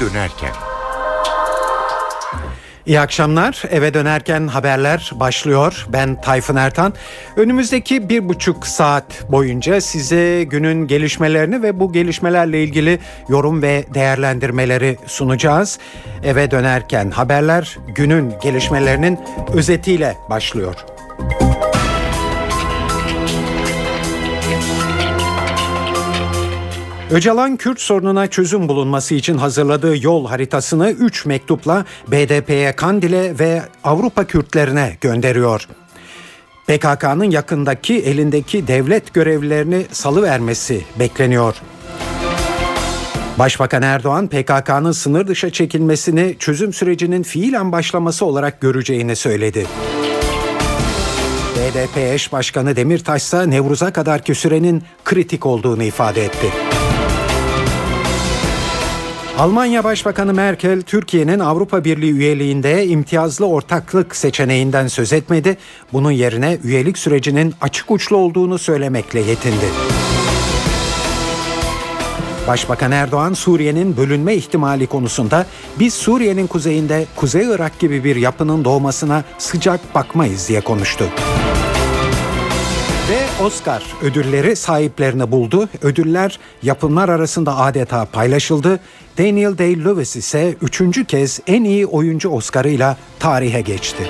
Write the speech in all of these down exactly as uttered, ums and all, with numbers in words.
dönerken. İyi akşamlar. Eve dönerken haberler başlıyor. Ben Tayfun Ertan. Önümüzdeki bir buçuk saat boyunca size günün gelişmelerini ve bu gelişmelerle ilgili yorum ve değerlendirmeleri sunacağız. Eve dönerken haberler günün gelişmelerinin özetiyle başlıyor. Öcalan, Kürt sorununa çözüm bulunması için hazırladığı yol haritasını üç mektupla B D P'ye, Kandil'e ve Avrupa Kürtlerine gönderiyor. P K K'nın yakındaki elindeki devlet görevlilerini salıvermesi bekleniyor. Başbakan Erdoğan, P K K'nın sınır dışı çekilmesini çözüm sürecinin fiilen başlaması olarak göreceğini söyledi. B D P eş başkanı Demirtaş ise Nevruz'a kadarki sürenin kritik olduğunu ifade etti. Almanya Başbakanı Merkel, Türkiye'nin Avrupa Birliği üyeliğinde imtiyazlı ortaklık seçeneğinden söz etmedi. Bunun yerine üyelik sürecinin açık uçlu olduğunu söylemekle yetindi. Başbakan Erdoğan, Suriye'nin bölünme ihtimali konusunda biz Suriye'nin kuzeyinde Kuzey Irak gibi bir yapının doğmasına sıcak bakmayız diye konuştu. Ve Oscar ödülleri sahiplerini buldu. Ödüller yapımlar arasında adeta paylaşıldı. Daniel Day-Lewis ise üçüncü kez en iyi oyuncu Oscar'ıyla tarihe geçti.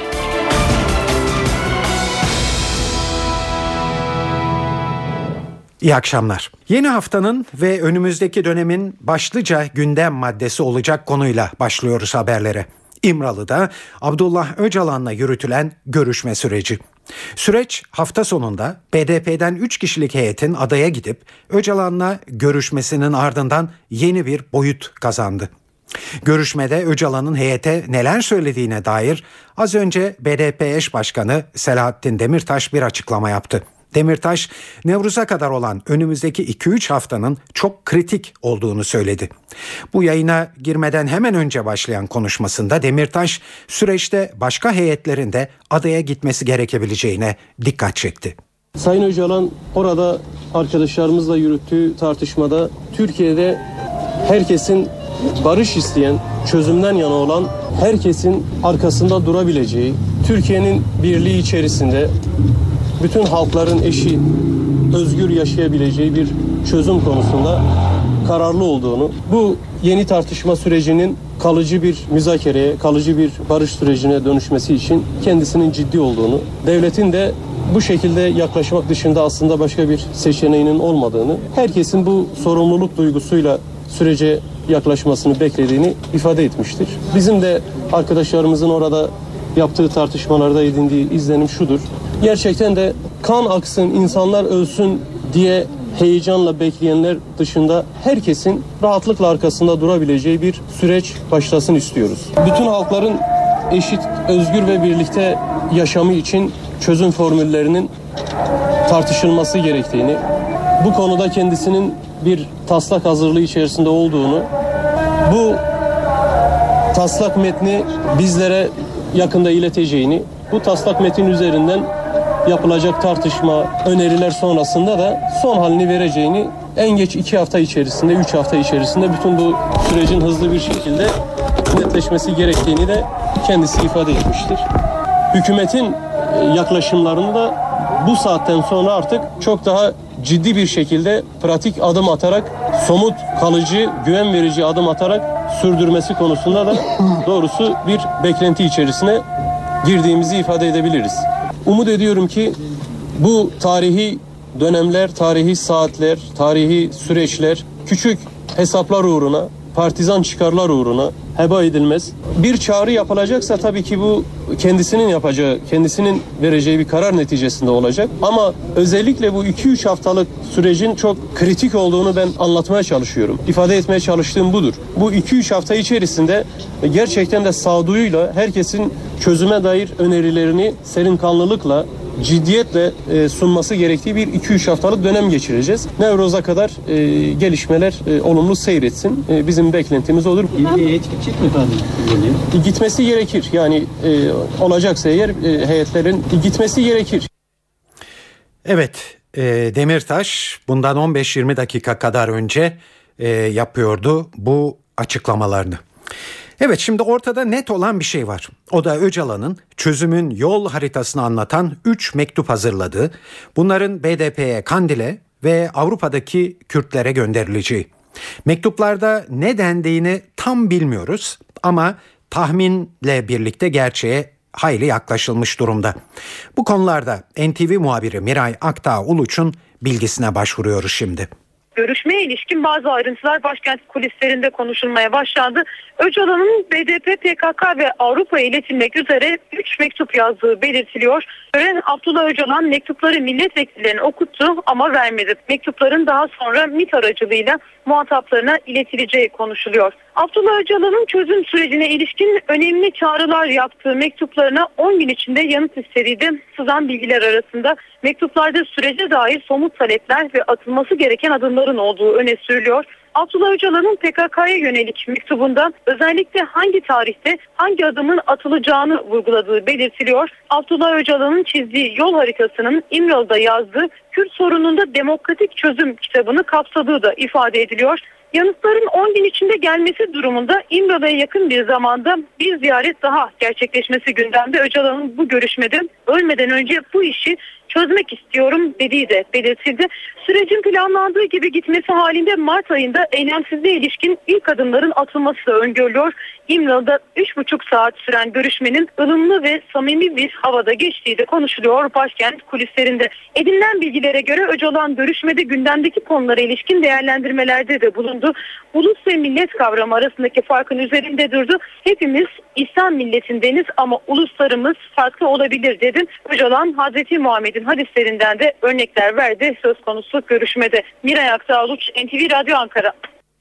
İyi akşamlar. Yeni haftanın ve önümüzdeki dönemin başlıca gündem maddesi olacak konuyla başlıyoruz haberlere. İmralı'da Abdullah Öcalan'la yürütülen görüşme süreci. Süreç hafta sonunda B D P'den üç kişilik heyetin adaya gidip Öcalan'la görüşmesinin ardından yeni bir boyut kazandı. Görüşmede Öcalan'ın heyete neler söylediğine dair az önce B D P eş başkanı Selahattin Demirtaş bir açıklama yaptı. Demirtaş, Nevruz'a kadar olan önümüzdeki iki üç haftanın çok kritik olduğunu söyledi. Bu yayına girmeden hemen önce başlayan konuşmasında Demirtaş, süreçte başka heyetlerin de adaya gitmesi gerekebileceğine dikkat çekti. Sayın Öcalan orada arkadaşlarımızla yürüttüğü tartışmada Türkiye'de herkesin barış isteyen, çözümden yana olan, herkesin arkasında durabileceği, Türkiye'nin birliği içerisinde bütün halkların eşit, özgür yaşayabileceği bir çözüm konusunda kararlı olduğunu, bu yeni tartışma sürecinin kalıcı bir müzakereye, kalıcı bir barış sürecine dönüşmesi için kendisinin ciddi olduğunu, devletin de bu şekilde yaklaşmak dışında aslında başka bir seçeneğinin olmadığını, herkesin bu sorumluluk duygusuyla sürece yaklaşmasını beklediğini ifade etmiştir. Bizim de arkadaşlarımızın orada yaptığı tartışmalarda edindiği izlenim şudur. Gerçekten de kan aksın, insanlar ölsün diye heyecanla bekleyenler dışında herkesin rahatlıkla arkasında durabileceği bir süreç başlasın istiyoruz. Bütün halkların eşit, özgür ve birlikte yaşamı için çözüm formüllerinin tartışılması gerektiğini, bu konuda kendisinin bir taslak hazırlığı içerisinde olduğunu, bu taslak metni bizlere yakında ileteceğini, bu taslak metin üzerinden yapılacak tartışma, öneriler sonrasında da son halini vereceğini, en geç iki hafta içerisinde, üç hafta içerisinde bütün bu sürecin hızlı bir şekilde netleşmesi gerektiğini de kendisi ifade etmiştir. Hükümetin yaklaşımlarını da bu saatten sonra artık çok daha ciddi bir şekilde pratik adım atarak, somut, kalıcı, güven verici adım atarak sürdürmesi konusunda da doğrusu bir beklenti içerisine girdiğimizi ifade edebiliriz. Umut ediyorum ki bu tarihi dönemler, tarihi saatler, tarihi süreçler küçük hesaplar uğruna, partizan çıkarlar uğruna heba edilmez. Bir çağrı yapılacaksa tabii ki bu kendisinin yapacağı, kendisinin vereceği bir karar neticesinde olacak. Ama özellikle bu iki üç haftalık sürecin çok kritik olduğunu ben anlatmaya çalışıyorum. İfade etmeye çalıştığım budur. Bu iki üç hafta içerisinde gerçekten de sağduyuyla herkesin çözüme dair önerilerini serinkanlılıkla, ciddiyetle e, sunması gerektiği bir iki üç haftalık dönem geçireceğiz. Nevruz'a kadar e, gelişmeler e, olumlu seyretsin. E, bizim beklentimiz olur. Bir heyet gidecek mi efendim? E, gitmesi gerekir. Yani e, olacaksa eğer e, heyetlerin gitmesi gerekir. Evet, e, Demirtaş bundan on beş yirmi dakika kadar önce e, yapıyordu bu açıklamalarını. Evet, şimdi ortada net olan bir şey var. O da Öcalan'ın çözümün yol haritasını anlatan üç mektup hazırladığı, bunların B D P'ye, Kandil'e ve Avrupa'daki Kürtlere gönderileceği. Mektuplarda ne dendiğini tam bilmiyoruz ama tahminle birlikte gerçeğe hayli yaklaşılmış durumda. Bu konularda N T V muhabiri Miray Aktağ Uluç'un bilgisine başvuruyoruz şimdi. Görüşmeye ilişkin bazı ayrıntılar başkent kulislerinde konuşulmaya başlandı. Öcalan'ın B D P, P K K ve Avrupa'ya iletilmek üzere üç mektup yazdığı belirtiliyor. Gören Abdullah Öcalan mektupları milletvekillerine okuttu ama vermedi. Mektupların daha sonra M İ T aracılığıyla muhataplarına iletileceği konuşuluyor. Abdullah Öcalan'ın çözüm sürecine ilişkin önemli çağrılar yaptığı mektuplarına on gün içinde yanıt istediği sızan bilgiler arasında mektuplarda sürece dair somut talepler ve atılması gereken adımların olduğu öne sürülüyor. Abdullah Öcalan'ın P K K'ya yönelik mektubunda özellikle hangi tarihte hangi adımın atılacağını vurguladığı belirtiliyor. Abdullah Öcalan'ın çizdiği yol haritasının İmralı'da yazdığı Kürt sorununda demokratik çözüm kitabını kapsadığı da ifade ediliyor. Yanıtların on gün içinde gelmesi durumunda İmralı'ya yakın bir zamanda bir ziyaret daha gerçekleşmesi gündemde. Öcalan'ın bu görüşmede ölmeden önce bu işi çözmek istiyorum dediği de belirtildi. Sürecin planlandığı gibi gitmesi halinde Mart ayında eylemsizliğe ilişkin ilk adımların atılması da öngörülüyor. İmralı'da üç buçuk saat süren görüşmenin ılımlı ve samimi bir havada geçtiği de konuşuluyor başkent kulislerinde. Edinilen bilgilere göre Öcalan görüşmede gündemdeki konulara ilişkin değerlendirmelerde de bulundu. Ulus ve millet kavramı arasındaki farkın üzerinde durdu. Hepimiz İslam milletindeniz ama uluslarımız farklı olabilir dedi. Öcalan Hazreti Muhammed'in hadislerinden de örnekler verdi söz konusu görüşmede. Miray Aktağ Uluç, N T V Radyo Ankara.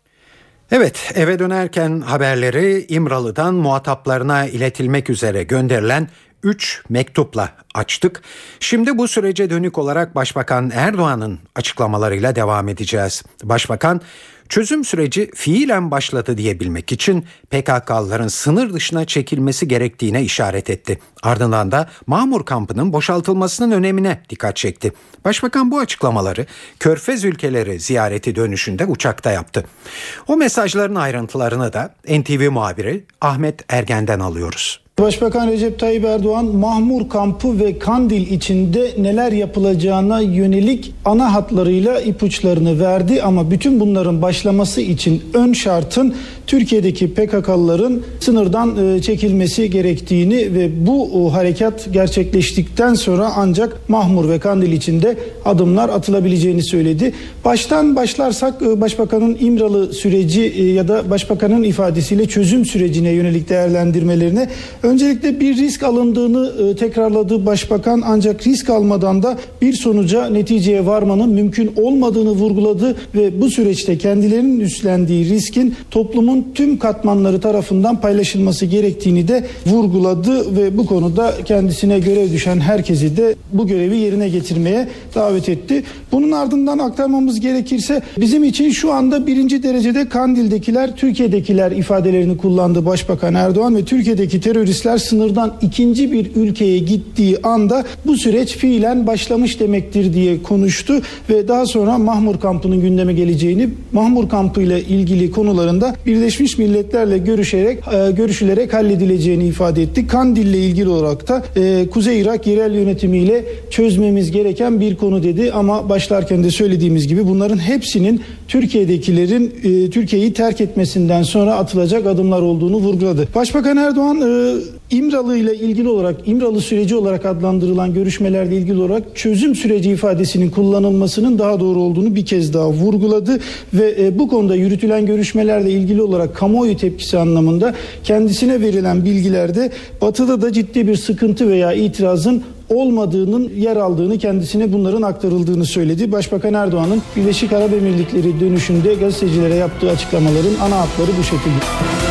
Evet, eve dönerken haberleri İmralı'dan muhataplarına iletilmek üzere gönderilen üç mektupla açtık. Şimdi bu sürece dönük olarak Başbakan Erdoğan'ın açıklamalarıyla devam edeceğiz. Başbakan, çözüm süreci fiilen başladı diyebilmek için P K K'lıların sınır dışına çekilmesi gerektiğine işaret etti. Ardından da Mahmur kampının boşaltılmasının önemine dikkat çekti. Başbakan bu açıklamaları Körfez ülkeleri ziyareti dönüşünde uçakta yaptı. O mesajların ayrıntılarını da N T V muhabiri Ahmet Ergen'den alıyoruz. Başbakan Recep Tayyip Erdoğan, Mahmur kampı ve Kandil içinde neler yapılacağına yönelik ana hatlarıyla ipuçlarını verdi ama bütün bunların başlaması için ön şartın Türkiye'deki P K K'lıların sınırdan çekilmesi gerektiğini ve bu harekat gerçekleştikten sonra ancak Mahmur ve Kandil içinde adımlar atılabileceğini söyledi. Baştan başlarsak Başbakanın İmralı süreci ya da Başbakanın ifadesiyle çözüm sürecine yönelik değerlendirmelerine öncelikle bir risk alındığını tekrarladı Başbakan, ancak risk almadan da bir sonuca, neticeye varmanın mümkün olmadığını vurguladı ve bu süreçte kendilerinin üstlendiği riskin toplumun tüm katmanları tarafından paylaşılması gerektiğini de vurguladı ve bu konuda kendisine görev düşen herkesi de bu görevi yerine getirmeye davet etti. Bunun ardından aktarmamız gerekirse bizim için şu anda birinci derecede Kandil'dekiler, Türkiye'dekiler ifadelerini kullandı Başbakan Erdoğan ve Türkiye'deki teröristler sınırdan ikinci bir ülkeye gittiği anda bu süreç fiilen başlamış demektir diye konuştu ve daha sonra Mahmur kampının gündeme geleceğini, Mahmur kampı ile ilgili konularında Birleşmiş Milletler'le görüşerek e, görüşülerek halledileceğini ifade etti. Kandil ile ilgili olarak da e, Kuzey Irak yerel yönetimiyle çözmemiz gereken bir konu dedi ama başlarken de söylediğimiz gibi bunların hepsinin Türkiye'dekilerin e, Türkiye'yi terk etmesinden sonra atılacak adımlar olduğunu vurguladı. Başbakan Erdoğan e, İmralı ile ilgili olarak, İmralı süreci olarak adlandırılan görüşmelerle ilgili olarak çözüm süreci ifadesinin kullanılmasının daha doğru olduğunu bir kez daha vurguladı ve e, bu konuda yürütülen görüşmelerle ilgili olarak kamuoyu tepkisi anlamında kendisine verilen bilgilerde Batı'da da ciddi bir sıkıntı veya itirazın olmadığının yer aldığını, kendisine bunların aktarıldığını söyledi. Başbakan Erdoğan'ın Birleşik Arap Emirlikleri dönüşünde gazetecilere yaptığı açıklamaların ana hatları bu şekilde.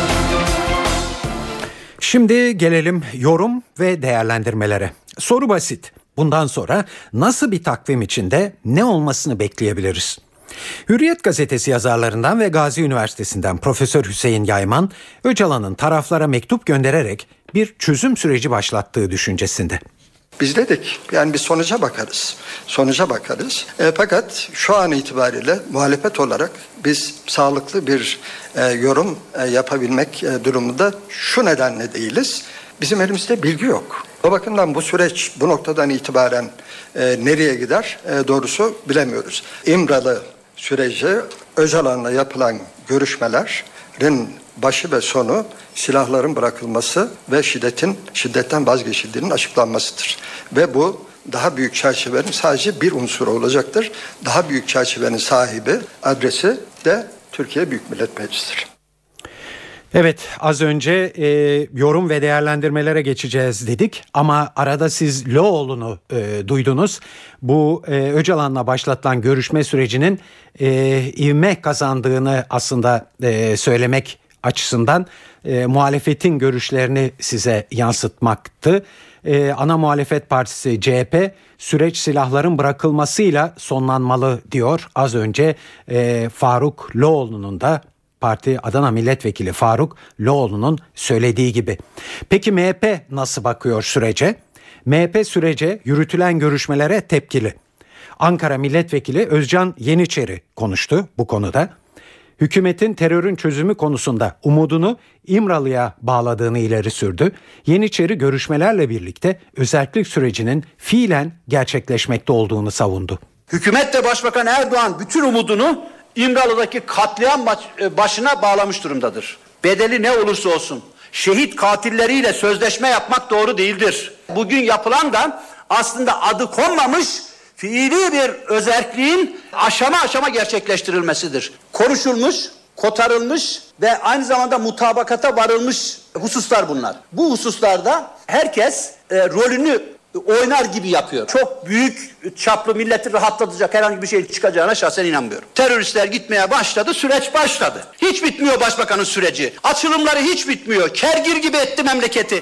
Şimdi gelelim yorum ve değerlendirmelere. Soru basit. Bundan sonra nasıl bir takvim içinde ne olmasını bekleyebiliriz? Hürriyet gazetesi yazarlarından ve Gazi Üniversitesi'nden Profesör Hüseyin Yayman, Öcalan'ın taraflara mektup göndererek bir çözüm süreci başlattığı düşüncesinde. Biz dedik yani bir sonuca bakarız. Sonuca bakarız. E, fakat şu an itibariyle muhalefet olarak biz sağlıklı bir e, yorum e, yapabilmek e, durumunda şu nedenle değiliz. Bizim elimizde bilgi yok. O bakımdan bu süreç bu noktadan itibaren e, nereye gider e, doğrusu bilemiyoruz. İmralı süreci Öcalan'la yapılan görüşmelerin başı ve sonu silahların bırakılması ve şiddetin şiddetten vazgeçildiğinin açıklanmasıdır. Ve bu daha büyük çerçevenin sadece bir unsuru olacaktır. Daha büyük çerçevenin sahibi, adresi de Türkiye Büyük Millet Meclisi'dir. Evet, az önce e, yorum ve değerlendirmelere geçeceğiz dedik ama arada siz Loğlu'nu e, duydunuz. Bu e, Öcalan'la başlatılan görüşme sürecinin e, ivme kazandığını aslında e, söylemek açısından e, muhalefetin görüşlerini size yansıtmaktı. E, ana muhalefet partisi C H P süreç silahların bırakılmasıyla sonlanmalı diyor. Az önce e, Faruk Loğlu'nun da Parti Adana Milletvekili Faruk Loğlu'nun söylediği gibi. Peki M H P nasıl bakıyor sürece? M H P sürece yürütülen görüşmelere tepkili. Ankara Milletvekili Özcan Yeniçeri konuştu bu konuda. Hükümetin terörün çözümü konusunda umudunu İmralı'ya bağladığını ileri sürdü. Yeniçeri görüşmelerle birlikte özerklik sürecinin fiilen gerçekleşmekte olduğunu savundu. Hükümet ve Başbakan Erdoğan bütün umudunu İmralı'daki katliam başına bağlamış durumdadır. Bedeli ne olursa olsun şehit katilleriyle sözleşme yapmak doğru değildir. Bugün yapılan da aslında adı konmamış fiili bir özerkliğin aşama aşama gerçekleştirilmesidir. Konuşulmuş, kotarılmış ve aynı zamanda mutabakata varılmış hususlar bunlar. Bu hususlarda herkes e, rolünü oynar gibi yapıyor. Çok büyük çaplı milleti rahatlatacak herhangi bir şey çıkacağına şahsen inanmıyorum. Teröristler gitmeye başladı, süreç başladı. Hiç bitmiyor başbakanın süreci. Açılımları hiç bitmiyor. Kergir gibi etti memleketi.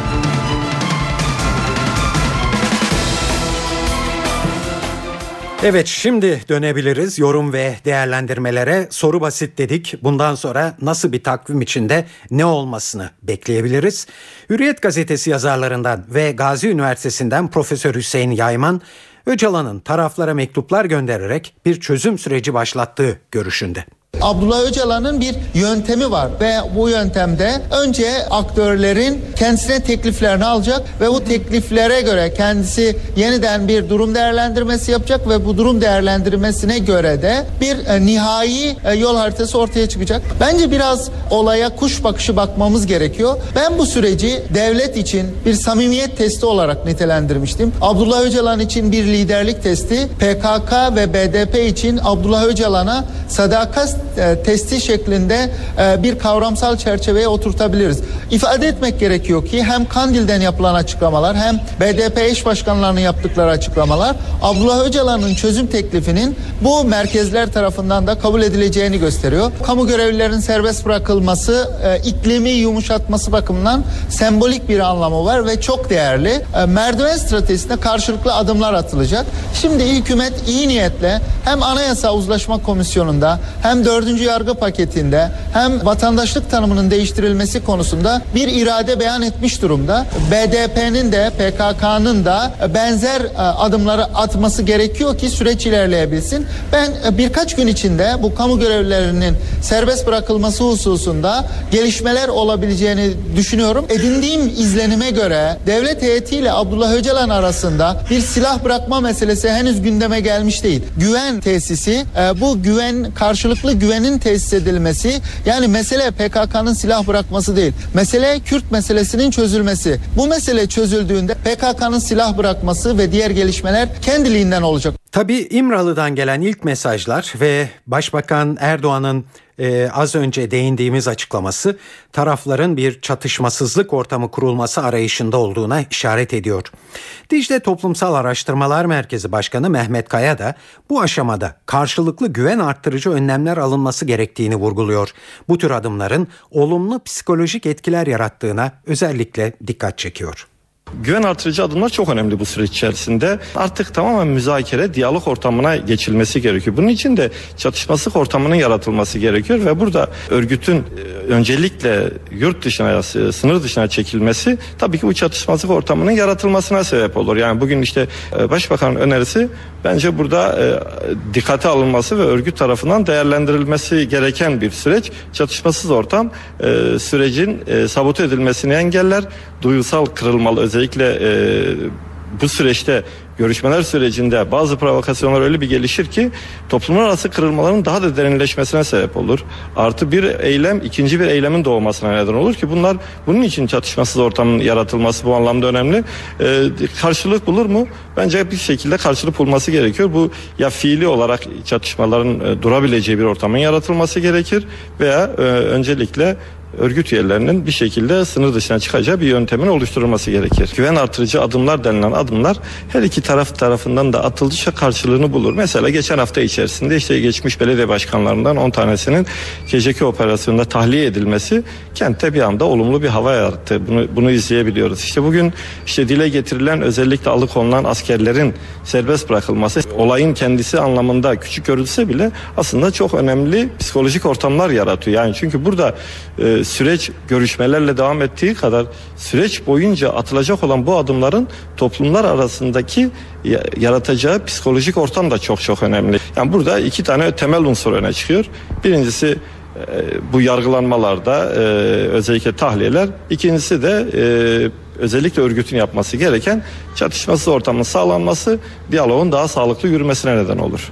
Evet, şimdi dönebiliriz yorum ve değerlendirmelere. Soru basit dedik. Bundan sonra nasıl bir takvim içinde ne olmasını bekleyebiliriz? Hürriyet gazetesi yazarlarından ve Gazi Üniversitesi'nden Profesör Hüseyin Yayman, Öcalan'ın taraflara mektuplar göndererek bir çözüm süreci başlattığı görüşünde. Abdullah Öcalan'ın bir yöntemi var ve bu yöntemde önce aktörlerin kendisine tekliflerini alacak ve bu tekliflere göre kendisi yeniden bir durum değerlendirmesi yapacak ve bu durum değerlendirmesine göre de bir e, nihai e, yol haritası ortaya çıkacak. Bence biraz olaya kuş bakışı bakmamız gerekiyor. Ben bu süreci devlet için bir samimiyet testi olarak nitelendirmiştim. Abdullah Öcalan için bir liderlik testi, P K K ve B D P için Abdullah Öcalan'a sadakat testi şeklinde bir kavramsal çerçeveye oturtabiliriz. İfade etmek gerekiyor ki hem Kandil'den yapılan açıklamalar hem B D P eş başkanlarının yaptıkları açıklamalar Abdullah Öcalan'ın çözüm teklifinin bu merkezler tarafından da kabul edileceğini gösteriyor. Kamu görevlilerinin serbest bırakılması iklimi yumuşatması bakımından sembolik bir anlamı var ve çok değerli. Merdiven stratejisinde karşılıklı adımlar atılacak. Şimdi hükümet iyi niyetle hem Anayasa Uzlaşma Komisyonu'nda hem dördüncü yargı paketinde hem vatandaşlık tanımının değiştirilmesi konusunda bir irade beyan etmiş durumda. B D P'nin de P K K'nın da benzer adımları atması gerekiyor ki süreç ilerleyebilsin. Ben birkaç gün içinde bu kamu görevlilerinin serbest bırakılması hususunda gelişmeler olabileceğini düşünüyorum. Edindiğim izlenime göre devlet heyetiyle Abdullah Öcalan arasında bir silah bırakma meselesi henüz gündeme gelmiş değil. Güven tesisi, bu güven karşılıklı güvenin tesis edilmesi, yani mesele P K K'nın silah bırakması değil. Mesele Kürt meselesinin çözülmesi. Bu mesele çözüldüğünde P K K'nın silah bırakması ve diğer gelişmeler kendiliğinden olacak. Tabii İmralı'dan gelen ilk mesajlar ve Başbakan Erdoğan'ın e, az önce değindiğimiz açıklaması tarafların bir çatışmasızlık ortamı kurulması arayışında olduğuna işaret ediyor. Dicle Toplumsal Araştırmalar Merkezi Başkanı Mehmet Kaya da bu aşamada karşılıklı güven arttırıcı önlemler alınması gerektiğini vurguluyor. Bu tür adımların olumlu psikolojik etkiler yarattığına özellikle dikkat çekiyor. Güven artırıcı adımlar çok önemli bu süreç içerisinde. Artık tamamen müzakere, diyalog ortamına geçilmesi gerekiyor. Bunun için de çatışmasızlık ortamının yaratılması gerekiyor ve burada örgütün öncelikle yurt dışına, sınır dışına çekilmesi tabii ki bu çatışmasızlık ortamının yaratılmasına sebep olur. Yani bugün işte Başbakanın önerisi bence burada dikkate alınması ve örgüt tarafından değerlendirilmesi gereken bir süreç. Çatışmasız ortam sürecin sabote edilmesini engeller. Duygusal kırılmalı, özellikle bu süreçte görüşmeler sürecinde bazı provokasyonlar öyle bir gelişir ki toplumlar arası kırılmaların daha da derinleşmesine sebep olur. Artı bir eylem ikinci bir eylemin doğmasına neden olur ki bunlar bunun için çatışmasız ortamın yaratılması bu anlamda önemli. Ee, karşılık bulur mu? Bence bir şekilde karşılık bulması gerekiyor. Bu ya fiili olarak çatışmaların e, durabileceği bir ortamın yaratılması gerekir veya e, öncelikle örgüt üyelerinin bir şekilde sınır dışına çıkacağı bir yöntemin oluşturulması gerekir. Güven artırıcı adımlar denilen adımlar her iki taraf tarafından da atıldıkça karşılığını bulur. Mesela geçen hafta içerisinde işte geçmiş belediye başkanlarından on tanesinin K C K operasyonunda tahliye edilmesi kentte bir anda olumlu bir hava yarattı. Bunu, bunu izleyebiliyoruz. İşte bugün işte dile getirilen özellikle alıkonulan askerlerin serbest bırakılması olayın kendisi anlamında küçük görülse bile aslında çok önemli psikolojik ortamlar yaratıyor. Yani çünkü burada e, süreç görüşmelerle devam ettiği kadar süreç boyunca atılacak olan bu adımların toplumlar arasındaki yaratacağı psikolojik ortam da çok çok önemli. Yani burada iki tane temel unsur öne çıkıyor. Birincisi bu yargılanmalarda özellikle tahliyeler. İkincisi de özellikle örgütün yapması gereken çatışmasız ortamın sağlanması, diyaloğun daha sağlıklı yürümesine neden olur.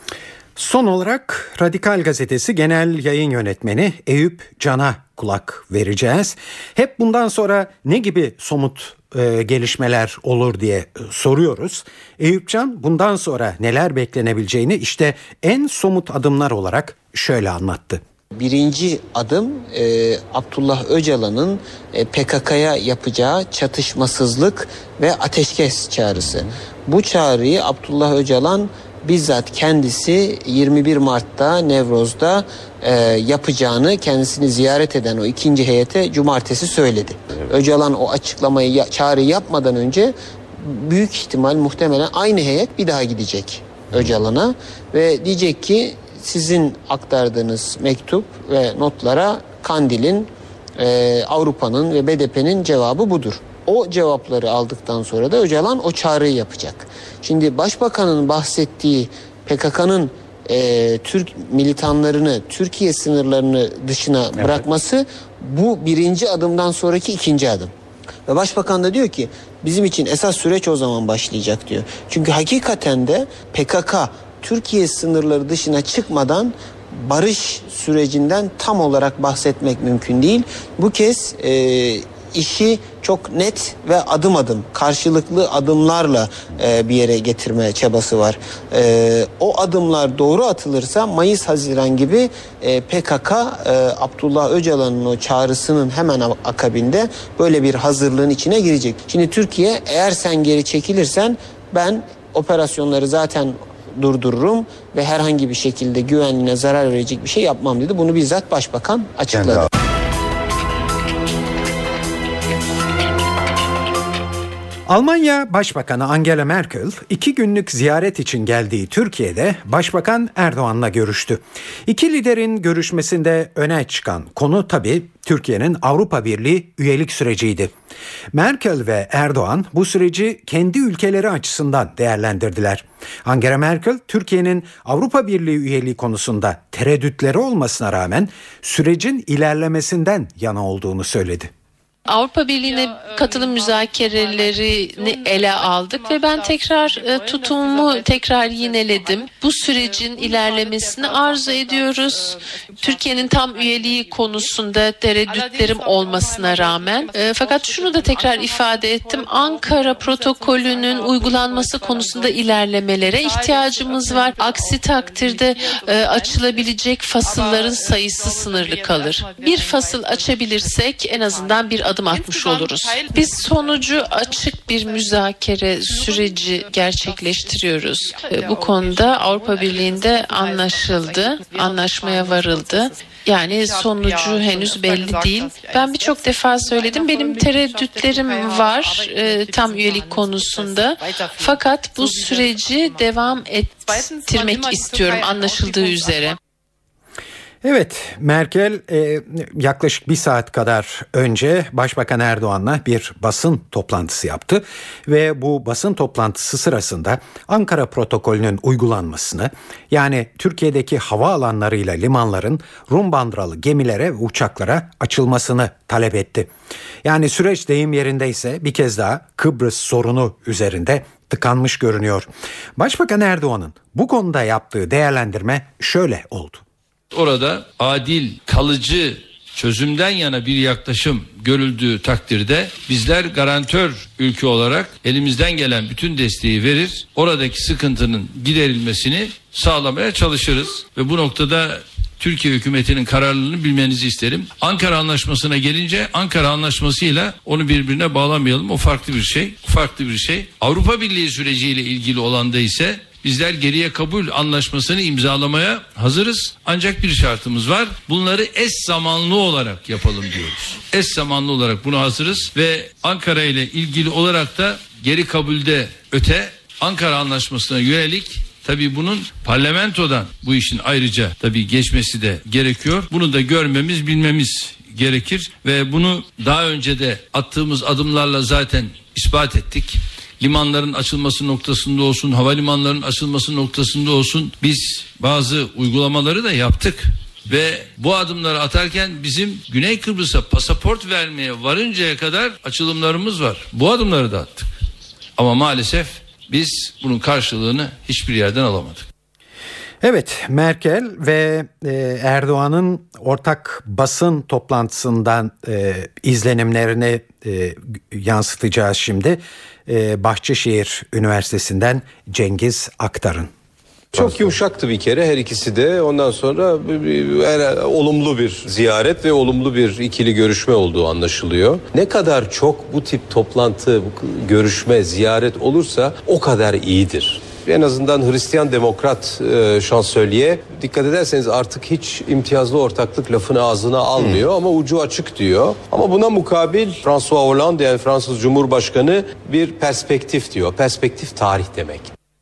Son olarak Radikal Gazetesi Genel Yayın Yönetmeni Eyüp Can'a kulak vereceğiz. Hep bundan sonra ne gibi somut e, gelişmeler olur diye e, soruyoruz. Eyüp Can bundan sonra neler beklenebileceğini işte en somut adımlar olarak şöyle anlattı. Birinci adım e, Abdullah Öcalan'ın e, P K K'ya yapacağı çatışmasızlık ve ateşkes çağrısı. Bu çağrıyı Abdullah Öcalan bizzat kendisi yirmi bir Mart'ta Nevroz'da e, yapacağını kendisini ziyaret eden o ikinci heyete cumartesi söyledi. Öcalan o açıklamayı, çağrıyı yapmadan önce büyük ihtimal muhtemelen aynı heyet bir daha gidecek Öcalan'a ve diyecek ki sizin aktardığınız mektup ve notlara Kandil'in, e, Avrupa'nın ve B D P'nin cevabı budur. O cevapları aldıktan sonra da Öcalan o çağrıyı yapacak. Şimdi Başbakan'ın bahsettiği P K K'nın e, Türk militanlarını Türkiye sınırlarını dışına evet. bırakması bu birinci adımdan sonraki ikinci adım. Ve Başbakan da diyor ki bizim için esas süreç o zaman başlayacak diyor. Çünkü hakikaten de P K K Türkiye sınırları dışına çıkmadan barış sürecinden tam olarak bahsetmek mümkün değil. Bu kez e, işi çok net ve adım adım karşılıklı adımlarla e, bir yere getirme çabası var. E, o adımlar doğru atılırsa Mayıs-Haziran gibi e, P K K e, Abdullah Öcalan'ın o çağrısının hemen akabinde böyle bir hazırlığın içine girecek. Şimdi Türkiye eğer sen geri çekilirsen ben operasyonları zaten durdururum ve herhangi bir şekilde güvenliğine zarar verecek bir şey yapmam dedi. Bunu bizzat Başbakan açıkladı. Almanya Başbakanı Angela Merkel iki günlük ziyaret için geldiği Türkiye'de Başbakan Erdoğan'la görüştü. İki liderin görüşmesinde öne çıkan konu tabii Türkiye'nin Avrupa Birliği üyelik süreciydi. Merkel ve Erdoğan bu süreci kendi ülkeleri açısından değerlendirdiler. Angela Merkel, Türkiye'nin Avrupa Birliği üyeliği konusunda tereddütleri olmasına rağmen sürecin ilerlemesinden yana olduğunu söyledi. Avrupa Birliği'ne katılım müzakerelerini ele aldık ve ben tekrar e, tutumumu tekrar yineledim. Bu sürecin ilerlemesini arzu ediyoruz. Türkiye'nin tam üyeliği konusunda tereddütlerim olmasına rağmen. E, fakat şunu da tekrar ifade ettim. Ankara protokolünün uygulanması konusunda ilerlemelere ihtiyacımız var. Aksi takdirde e, açılabilecek fasılların sayısı sınırlı kalır. Bir fasıl açabilirsek en azından bir adım adım atmış oluruz. Biz sonucu açık bir müzakere süreci gerçekleştiriyoruz. Bu konuda Avrupa Birliği'nde anlaşıldı, anlaşmaya varıldı. Yani sonucu henüz belli değil. Ben birçok defa söyledim. Benim tereddütlerim var e, tam üyelik konusunda. Fakat bu süreci devam ettirmek istiyorum anlaşıldığı üzere. Evet, Merkel e, yaklaşık bir saat kadar önce Başbakan Erdoğan'la bir basın toplantısı yaptı ve bu basın toplantısı sırasında Ankara protokolünün uygulanmasını, yani Türkiye'deki havaalanlarıyla limanların Rum bandıralı gemilere ve uçaklara açılmasını talep etti. Yani süreç deyim yerindeyse bir kez daha Kıbrıs sorunu üzerinde tıkanmış görünüyor. Başbakan Erdoğan'ın bu konuda yaptığı değerlendirme şöyle oldu. Orada adil, kalıcı çözümden yana bir yaklaşım görüldüğü takdirde bizler garantör ülke olarak elimizden gelen bütün desteği verir, oradaki sıkıntının giderilmesini sağlamaya çalışırız ve bu noktada Türkiye hükümetinin kararlılığını bilmenizi isterim. Ankara Anlaşması'na gelince Ankara Anlaşması'yla onu birbirine bağlamayalım. O farklı bir şey. Farklı bir şey. Avrupa Birliği süreciyle ilgili olan da ise bizler geriye kabul anlaşmasını imzalamaya hazırız. Ancak bir şartımız var. Bunları eş zamanlı olarak yapalım diyoruz. Eş zamanlı olarak buna hazırız ve Ankara ile ilgili olarak da geri kabulde öte Ankara Anlaşması'na yönelik tabii bunun parlamentodan bu işin ayrıca tabii geçmesi de gerekiyor. Bunu da görmemiz, bilmemiz gerekir ve bunu daha önce de attığımız adımlarla zaten ispat ettik. Limanların açılması noktasında olsun, havalimanlarının açılması noktasında olsun biz bazı uygulamaları da yaptık. Ve bu adımları atarken bizim Güney Kıbrıs'a pasaport vermeye varıncaya kadar açılımlarımız var. Bu adımları da attık. Ama maalesef biz bunun karşılığını hiçbir yerden alamadık. Evet, Merkel ve e, Erdoğan'ın ortak basın toplantısından e, izlenimlerini e, yansıtacağız şimdi. E, Bahçeşehir Üniversitesi'nden Cengiz Aktar'ın. Çok yumuşaktı bir kere her ikisi de. Ondan sonra bir, bir, olumlu bir ziyaret ve olumlu bir ikili görüşme olduğu anlaşılıyor. Ne kadar çok bu tip toplantı, görüşme, ziyaret olursa o kadar iyidir. En azından Hristiyan Demokrat e, şansölye dikkat ederseniz artık hiç imtiyazlı ortaklık lafını ağzına almıyor hmm. ama ucu açık diyor. Ama buna mukabil François Hollande, yani Fransız Cumhurbaşkanı, bir perspektif diyor. Perspektif tarih demek.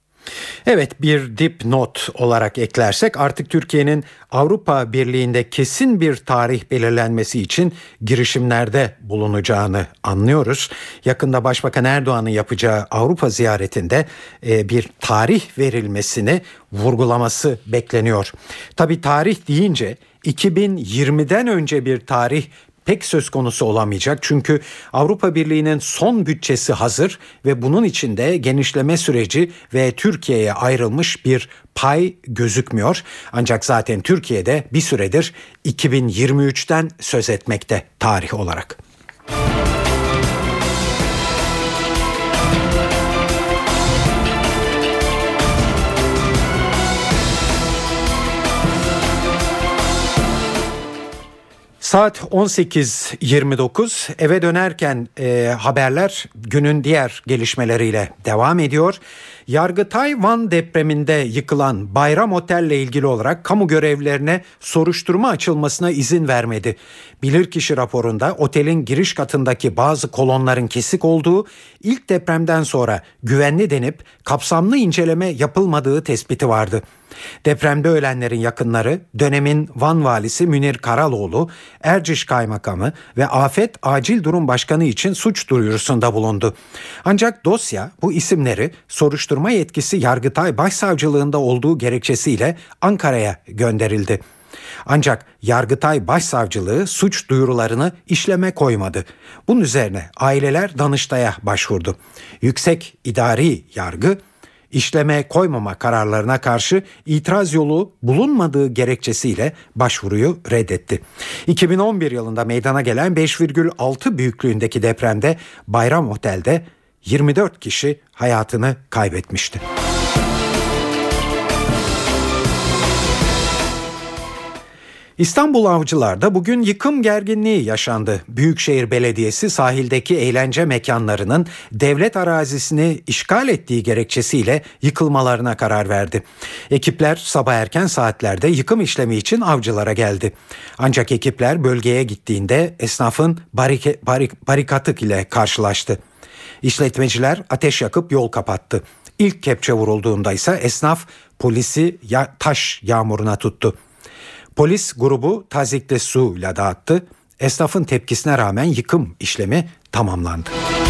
Evet, bir dipnot olarak eklersek artık Türkiye'nin Avrupa Birliği'nde kesin bir tarih belirlenmesi için girişimlerde bulunacağını anlıyoruz. Yakında Başbakan Erdoğan'ın yapacağı Avrupa ziyaretinde e, bir tarih verilmesini vurgulaması bekleniyor. Tabii tarih deyince iki bin yirmiden önce bir tarih pek söz konusu olamayacak. Çünkü Avrupa Birliği'nin son bütçesi hazır ve bunun içinde genişleme süreci ve Türkiye'ye ayrılmış bir pay gözükmüyor. Ancak zaten Türkiye'de bir süredir iki bin yirmi üçten söz etmekte tarih olarak. Saat on sekiz yirmi dokuz, eve dönerken e, haberler günün diğer gelişmeleriyle devam ediyor. Yargıtay Van depreminde yıkılan Bayram Otel'le ilgili olarak kamu görevlilerine soruşturma açılmasına izin vermedi. Bilirkişi raporunda otelin giriş katındaki bazı kolonların kesik olduğu, ilk depremden sonra güvenli denip kapsamlı inceleme yapılmadığı tespiti vardı. Depremde ölenlerin yakınları dönemin Van valisi Münir Karaloğlu, Erciş Kaymakamı ve Afet Acil Durum Başkanı için suç duyurusunda bulundu. Ancak dosya bu isimleri soruşturma yetkisi Yargıtay Başsavcılığında olduğu gerekçesiyle Ankara'ya gönderildi. Ancak Yargıtay Başsavcılığı suç duyurularını işleme koymadı. Bunun üzerine aileler Danıştay'a başvurdu. Yüksek İdari Yargı işleme koymama kararlarına karşı itiraz yolu bulunmadığı gerekçesiyle başvuruyu reddetti. iki bin on bir yılında meydana gelen beş virgül altı büyüklüğündeki depremde Bayram Otel'de yirmi dört kişi hayatını kaybetmişti. İstanbul Avcılar'da bugün yıkım gerginliği yaşandı. Büyükşehir Belediyesi sahildeki eğlence mekanlarının devlet arazisini işgal ettiği gerekçesiyle yıkılmalarına karar verdi. Ekipler sabah erken saatlerde yıkım işlemi için Avcılar'a geldi. Ancak ekipler bölgeye gittiğinde esnafın barike, barik, barikatık ile karşılaştı. İşletmeciler ateş yakıp yol kapattı. İlk kepçe vurulduğunda ise esnaf polisi ya, taş yağmuruna tuttu. Polis grubu tazikli suyla dağıttı. Esnafın tepkisine rağmen yıkım işlemi tamamlandı.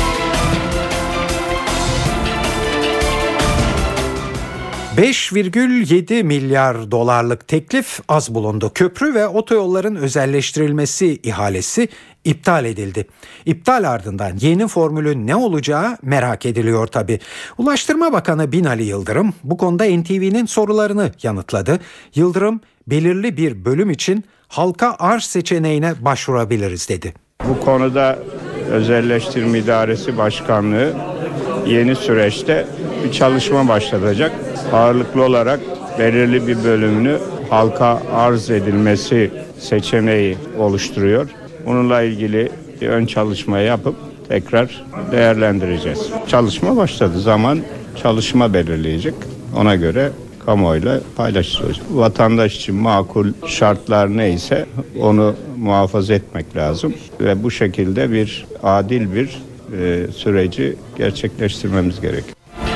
beş virgül yedi milyar dolarlık teklif az bulundu. Köprü ve otoyolların özelleştirilmesi ihalesi iptal edildi. İptal ardından yeni formülün ne olacağı merak ediliyor tabii. Ulaştırma Bakanı Binali Yıldırım bu konuda N T V'nin sorularını yanıtladı. Yıldırım, belirli bir bölüm için halka arz seçeneğine başvurabiliriz dedi. Bu konuda Özelleştirme İdaresi Başkanlığı yeni süreçte bir çalışma başlatacak. Ağırlıklı olarak belirli bir bölümünü halka arz edilmesi seçeneği oluşturuyor. Bununla ilgili bir ön çalışma yapıp tekrar değerlendireceğiz. Çalışma başladı. Zaman çalışma belirleyecek. Ona göre kamuoyuyla paylaşacağız. Vatandaş için makul şartlar neyse onu muhafaza etmek lazım. Ve bu şekilde bir adil bir e, süreci gerçekleştirmemiz gerekiyor.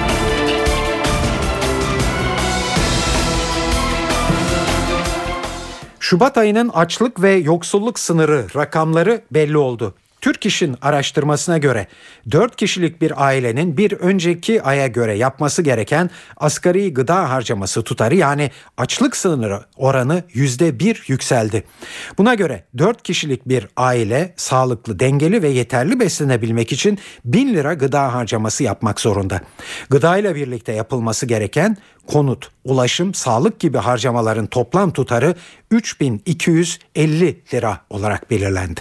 Şubat ayının açlık ve yoksulluk sınırı rakamları belli oldu. Türk İş'in araştırmasına göre dört kişilik bir ailenin bir önceki aya göre yapması gereken asgari gıda harcaması tutarı, yani açlık sınırı oranı yüzde bir yükseldi. Buna göre dört kişilik bir aile sağlıklı, dengeli ve yeterli beslenebilmek için bin lira gıda harcaması yapmak zorunda. Gıda ile birlikte yapılması gereken konut, ulaşım, sağlık gibi harcamaların toplam tutarı üç bin iki yüz elli lira olarak belirlendi.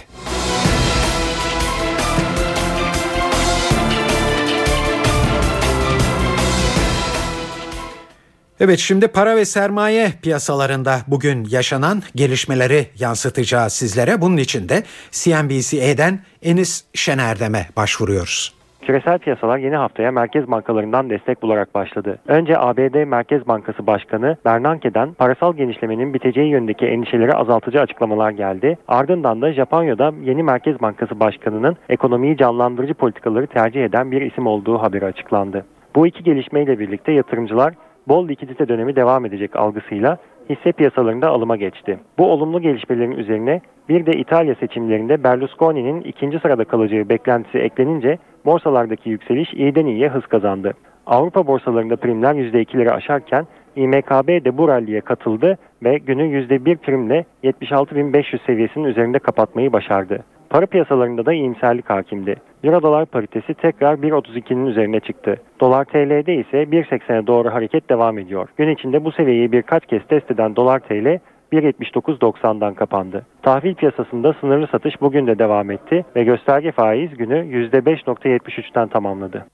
Evet, şimdi para ve sermaye piyasalarında bugün yaşanan gelişmeleri yansıtacağız sizlere. Bunun için de C N B C'den Enis Şenerdem'e başvuruyoruz. Küresel piyasalar yeni haftaya merkez bankalarından destek bularak başladı. Önce A B D Merkez Bankası Başkanı Bernanke'den parasal genişlemenin biteceği yönündeki endişeleri azaltıcı açıklamalar geldi. Ardından da Japonya'da yeni Merkez Bankası Başkanı'nın ekonomiyi canlandırıcı politikaları tercih eden bir isim olduğu haberi açıklandı. Bu iki gelişmeyle birlikte yatırımcılar bol likidite dönemi devam edecek algısıyla hisse piyasalarında alıma geçti. Bu olumlu gelişmelerin üzerine bir de İtalya seçimlerinde Berlusconi'nin ikinci sırada kalacağı beklentisi eklenince borsalardaki yükseliş iyiden iyiye hız kazandı. Avrupa borsalarında primler yüzde ikileri aşarken İ M K B de bu ralliye katıldı ve günü yüzde bir primle yetmiş altı bin beş yüz seviyesinin üzerinde kapatmayı başardı. Para piyasalarında da iyimserlik hakimdi. Euro dolar paritesi tekrar bir otuz ikinin üzerine çıktı. Dolar T L'de ise bir seksene doğru hareket devam ediyor. Gün içinde bu seviyeyi birkaç kez test eden dolar T L bir yetmiş dokuz doksandan kapandı. Tahvil piyasasında sınırlı satış bugün de devam etti ve gösterge faiz günü yüzde beş virgül yetmiş üçten tamamladı.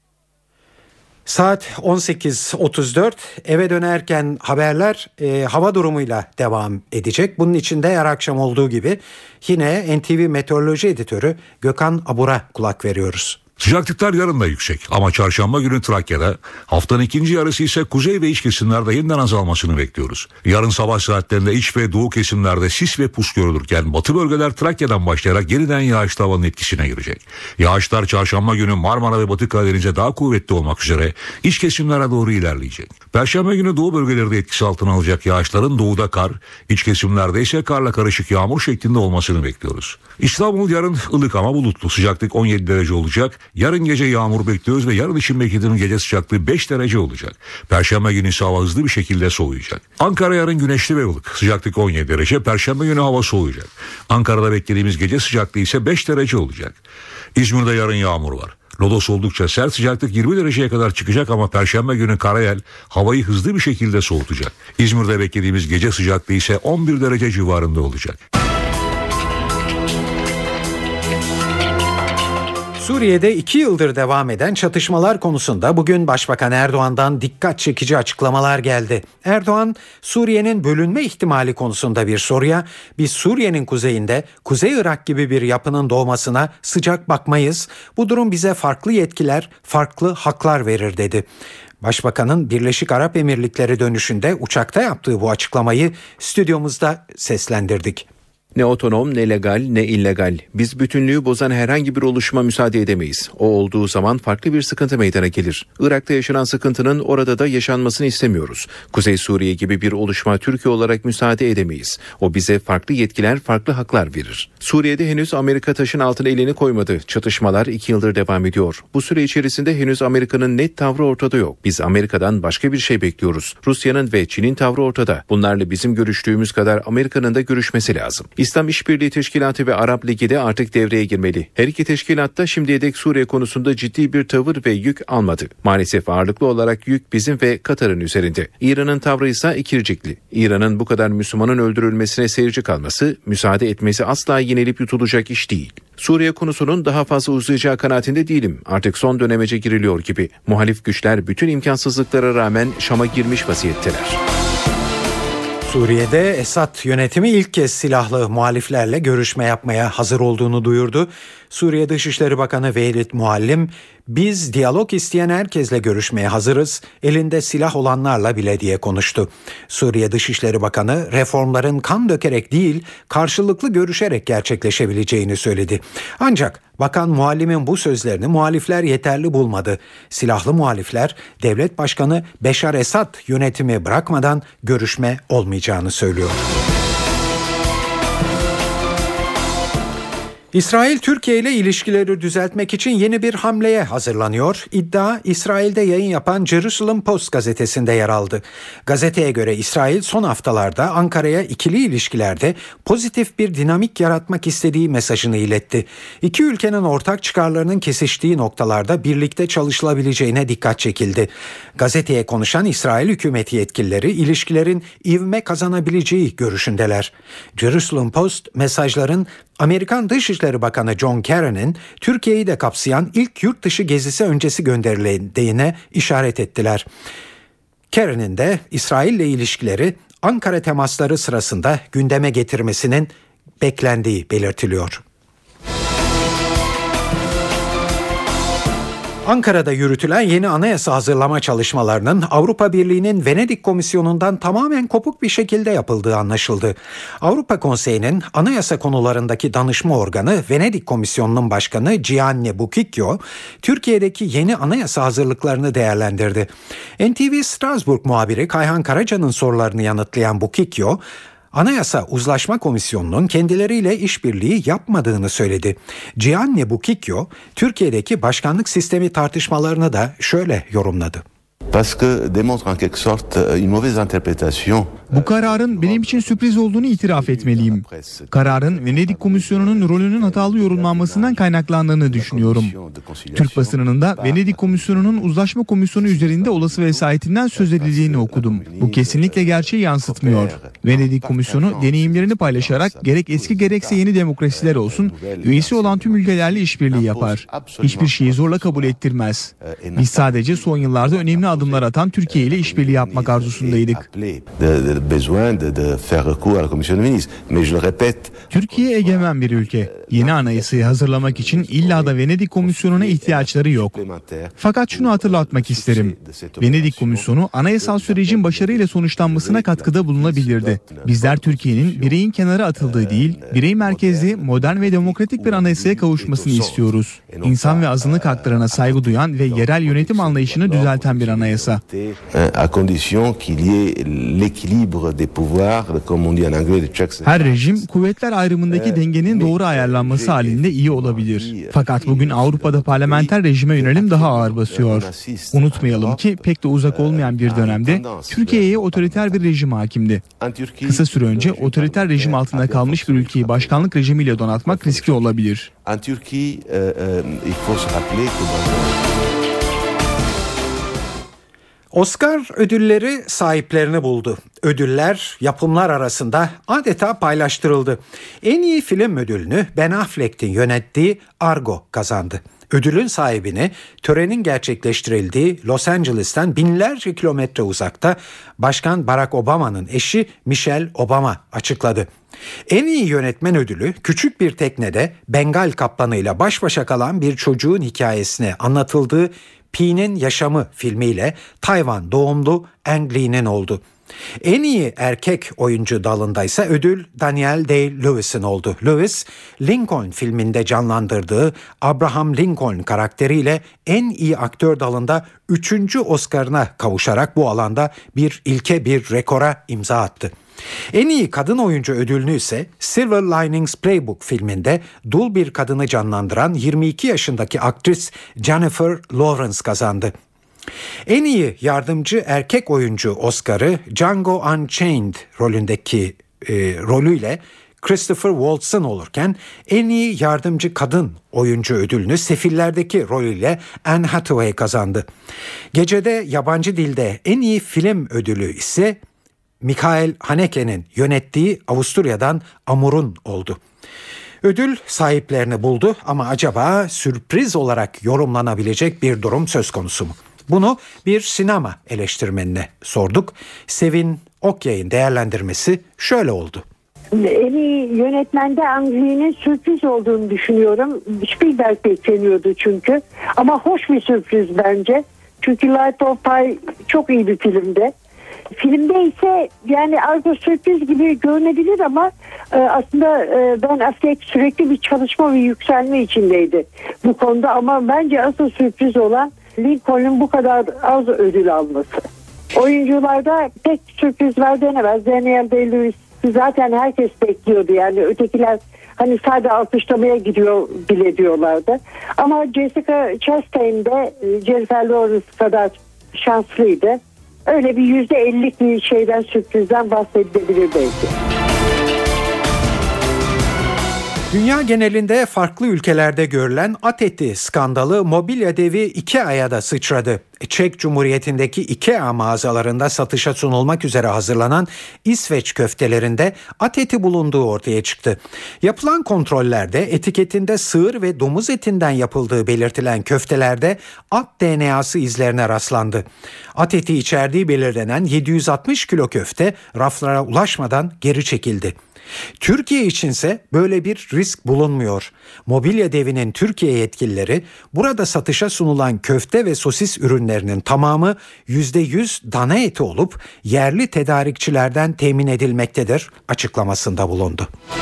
Saat on sekiz otuz dört, eve dönerken haberler e, hava durumuyla devam edecek. Bunun için de her akşam olduğu gibi yine N T V Meteoroloji Editörü Gökhan Abur'a kulak veriyoruz. Sıcaklıklar yarın da yüksek ama çarşamba günü Trakya'da, haftanın ikinci yarısı ise kuzey ve iç kesimlerde yeniden azalmasını bekliyoruz. Yarın sabah saatlerinde iç ve doğu kesimlerde sis ve pus görülürken batı bölgeler Trakya'dan başlayarak yeniden yağışlı havanın etkisine girecek. Yağışlar çarşamba günü Marmara ve Batı Karadeniz'e daha kuvvetli olmak üzere iç kesimlere doğru ilerleyecek. Perşembe günü doğu bölgeleri de etkisi altına alacak yağışların doğuda kar, iç kesimlerde ise karla karışık yağmur şeklinde olmasını bekliyoruz. İstanbul yarın ılık ama bulutlu, sıcaklık on yedi derece olacak. Yarın gece yağmur bekliyoruz ve yarın için beklediğimiz gece sıcaklığı beş derece olacak. Perşembe günü ise hava hızlı bir şekilde soğuyacak. Ankara yarın güneşli ve ılık. Sıcaklık on yedi derece. Perşembe günü hava soğuyacak. Ankara'da beklediğimiz gece sıcaklığı ise beş derece olacak. İzmir'de yarın yağmur var. Lodos oldukça sert, sıcaklık yirmi dereceye kadar çıkacak ama Perşembe günü karayel havayı hızlı bir şekilde soğutacak. İzmir'de beklediğimiz gece sıcaklığı ise on bir derece civarında olacak. Suriye'de iki yıldır devam eden çatışmalar konusunda bugün Başbakan Erdoğan'dan dikkat çekici açıklamalar geldi. Erdoğan, Suriye'nin bölünme ihtimali konusunda bir soruya, biz Suriye'nin kuzeyinde Kuzey Irak gibi bir yapının doğmasına sıcak bakmayız. Bu durum bize farklı yetkiler, farklı haklar verir dedi. Başbakanın Birleşik Arap Emirlikleri dönüşünde uçakta yaptığı bu açıklamayı stüdyomuzda seslendirdik. Ne otonom, ne legal, ne illegal. Biz bütünlüğü bozan herhangi bir oluşuma müsaade edemeyiz. O olduğu zaman farklı bir sıkıntı meydana gelir. Irak'ta yaşanan sıkıntının orada da yaşanmasını istemiyoruz. Kuzey Suriye gibi bir oluşuma Türkiye olarak müsaade edemeyiz. O bize farklı yetkiler, farklı haklar verir. Suriye'de henüz Amerika taşın altına elini koymadı. Çatışmalar iki yıldır devam ediyor. Bu süre içerisinde henüz Amerika'nın net tavrı ortada yok. Biz Amerika'dan başka bir şey bekliyoruz. Rusya'nın ve Çin'in tavrı ortada. Bunlarla bizim görüştüğümüz kadar Amerika'nın da görüşmesi lazım. İslam İşbirliği Teşkilatı ve Arap Ligi de artık devreye girmeli. Her iki teşkilat da şimdiye dek Suriye konusunda ciddi bir tavır ve yük almadı. Maalesef ağırlıklı olarak yük bizim ve Katar'ın üzerinde. İran'ın tavrı ise ikircikli. İran'ın bu kadar Müslümanın öldürülmesine seyirci kalması, müsaade etmesi asla yenilip yutulacak iş değil. Suriye konusunun daha fazla uzayacağı kanaatinde değilim. Artık son dönemece giriliyor gibi. Muhalif güçler bütün imkansızlıklara rağmen Şam'a girmiş vaziyetteler. Suriye'de Esad yönetimi ilk kez silahlı muhaliflerle görüşme yapmaya hazır olduğunu duyurdu. Suriye Dışişleri Bakanı Velid Muallim, biz diyalog isteyen herkesle görüşmeye hazırız, elinde silah olanlarla bile diye konuştu. Suriye Dışişleri Bakanı reformların kan dökerek değil, karşılıklı görüşerek gerçekleşebileceğini söyledi. Ancak Bakan Muallim'in bu sözlerini muhalifler yeterli bulmadı. Silahlı muhalifler, devlet başkanı Beşar Esad yönetimi bırakmadan görüşme olmayacağını söylüyor. İsrail, Türkiye ile ilişkileri düzeltmek için yeni bir hamleye hazırlanıyor. İddia, İsrail'de yayın yapan Jerusalem Post gazetesinde yer aldı. Gazeteye göre İsrail son haftalarda Ankara'ya ikili ilişkilerde pozitif bir dinamik yaratmak istediği mesajını iletti. İki ülkenin ortak çıkarlarının kesiştiği noktalarda birlikte çalışılabileceğine dikkat çekildi. Gazeteye konuşan İsrail hükümeti yetkilileri ilişkilerin ivme kazanabileceği görüşündeler. Jerusalem Post mesajların Amerikan Dışişleri Bakanı John Kerry'nin Türkiye'yi de kapsayan ilk yurt dışı gezisi öncesi gönderildiğine işaret ettiler. Kerry'nin de İsrail'le ilişkileri Ankara temasları sırasında gündeme getirmesinin beklendiği belirtiliyor. Ankara'da yürütülen yeni anayasa hazırlama çalışmalarının Avrupa Birliği'nin Venedik Komisyonu'ndan tamamen kopuk bir şekilde yapıldığı anlaşıldı. Avrupa Konseyi'nin anayasa konularındaki danışma organı Venedik Komisyonu'nun başkanı Gianni Bucicchio, Türkiye'deki yeni anayasa hazırlıklarını değerlendirdi. N T V Strasbourg muhabiri Kayhan Karaca'nın sorularını yanıtlayan Bucicchio, Anayasa Uzlaşma Komisyonu'nun kendileriyle işbirliği yapmadığını söyledi. Gianni Bucicchio, Türkiye'deki başkanlık sistemi tartışmalarını da şöyle yorumladı. Bu kararın benim için sürpriz olduğunu itiraf etmeliyim. Kararın Venedik Komisyonu'nun rolünün hatalı yorumlanmasından kaynaklandığını düşünüyorum. Türk basınının da Venedik Komisyonu'nun Uzlaşma Komisyonu üzerinde olası vesayetinden söz edildiğini okudum. Bu kesinlikle gerçeği yansıtmıyor. Venedik Komisyonu deneyimlerini paylaşarak gerek eski gerekse yeni demokrasiler olsun, üyesi olan tüm ülkelerle işbirliği yapar. Hiçbir şeyi zorla kabul ettirmez. Biz sadece son yıllarda önemli adımlar atan Türkiye ile işbirliği yapmak arzusundaydık. Türkiye egemen bir ülke. Yeni anayasayı hazırlamak için illa da Venedik Komisyonu'na ihtiyaçları yok. Fakat şunu hatırlatmak isterim. Venedik Komisyonu anayasal sürecin başarıyla sonuçlanmasına katkıda bulunabilirdi. Bizler Türkiye'nin bireyin kenara atıldığı değil, birey merkezli, modern ve demokratik bir anayasaya kavuşmasını istiyoruz. İnsan ve azınlık haklarına saygı duyan ve yerel yönetim anlayışını düzelten bir anayasa. Her rejim kuvvetler ayrımındaki dengenin doğru ayarlanması halinde iyi olabilir. Fakat bugün Avrupa'da parlamenter rejime yönelim daha ağır basıyor. Unutmayalım ki pek de uzak olmayan bir dönemde Türkiye'ye otoriter bir rejim hakimdi. Kısa süre önce otoriter rejim altında kalmış bir ülkeyi başkanlık rejimiyle donatmak riskli olabilir. Oscar ödülleri sahiplerini buldu. Ödüller yapımlar arasında adeta paylaştırıldı. En iyi film ödülünü Ben Affleck'in yönettiği Argo kazandı. Ödülün sahibini törenin gerçekleştirildiği Los Angeles'tan binlerce kilometre uzakta Başkan Barack Obama'nın eşi Michelle Obama açıkladı. En iyi yönetmen ödülü küçük bir teknede Bengal kaplanıyla baş başa kalan bir çocuğun hikayesine anlatıldığı Pi'nin Yaşamı filmiyle Tayvan doğumlu Ang Lee'nin oldu. En iyi erkek oyuncu dalında ise ödül Daniel Day-Lewis'in oldu. Lewis, Lincoln filminde canlandırdığı Abraham Lincoln karakteriyle en iyi aktör dalında üçüncü Oscar'ına kavuşarak bu alanda bir ilke, bir rekora imza attı. En iyi kadın oyuncu ödülünü ise Silver Linings Playbook filminde dul bir kadını canlandıran yirmi iki yaşındaki aktris Jennifer Lawrence kazandı. En iyi yardımcı erkek oyuncu Oscar'ı Django Unchained rolündeki e, rolüyle Christopher Waltz'ın olurken en iyi yardımcı kadın oyuncu ödülünü Sefiller'deki rolüyle Anne Hathaway kazandı. Gecede yabancı dilde en iyi film ödülü ise Michael Haneke'nin yönettiği Avusturya'dan Amur'un oldu. Ödül sahiplerini buldu ama acaba sürpriz olarak yorumlanabilecek bir durum söz konusu mu? Bunu bir sinema eleştirmenine sorduk. Sevin Okyay'ın değerlendirmesi şöyle oldu. En iyi yönetmende Ang Lee'nin sürpriz olduğunu düşünüyorum. Spielberg bekleniyordu çünkü. Ama hoş bir sürpriz bence. Çünkü Light of Pi çok iyi bir filmdi. Filmde ise yani argo sürpriz gibi görünebilir ama e, aslında e, Ben Affleck sürekli bir çalışma ve yükselme içindeydi bu konuda. Ama bence asıl sürpriz olan Lincoln'un bu kadar az ödül alması. Oyuncularda pek sürprizler denemez. Daniel Day-Lewis zaten herkes bekliyordu, yani ötekiler hani sadece alkışlamaya gidiyor bile diyorlardı. Ama Jessica Chastain de Jennifer Lawrence kadar şanslıydı. Öyle bir yüzde ellilik bir şeyden, sürprizden bahsedilebilir belki. Dünya genelinde farklı ülkelerde görülen at eti skandalı mobilya devi IKEA'ya da sıçradı. Çek Cumhuriyeti'ndeki IKEA mağazalarında satışa sunulmak üzere hazırlanan İsveç köftelerinde at eti bulunduğu ortaya çıktı. Yapılan kontrollerde etiketinde sığır ve domuz etinden yapıldığı belirtilen köftelerde at D N A'sı izlerine rastlandı. At eti içerdiği belirlenen yedi yüz altmış kilo köfte raflara ulaşmadan geri çekildi. Türkiye içinse böyle bir risk bulunmuyor. Mobilya devinin Türkiye yetkilileri burada satışa sunulan köfte ve sosis ürünlerinin tamamı yüzde yüz dana eti olup yerli tedarikçilerden temin edilmektedir açıklamasında bulundu.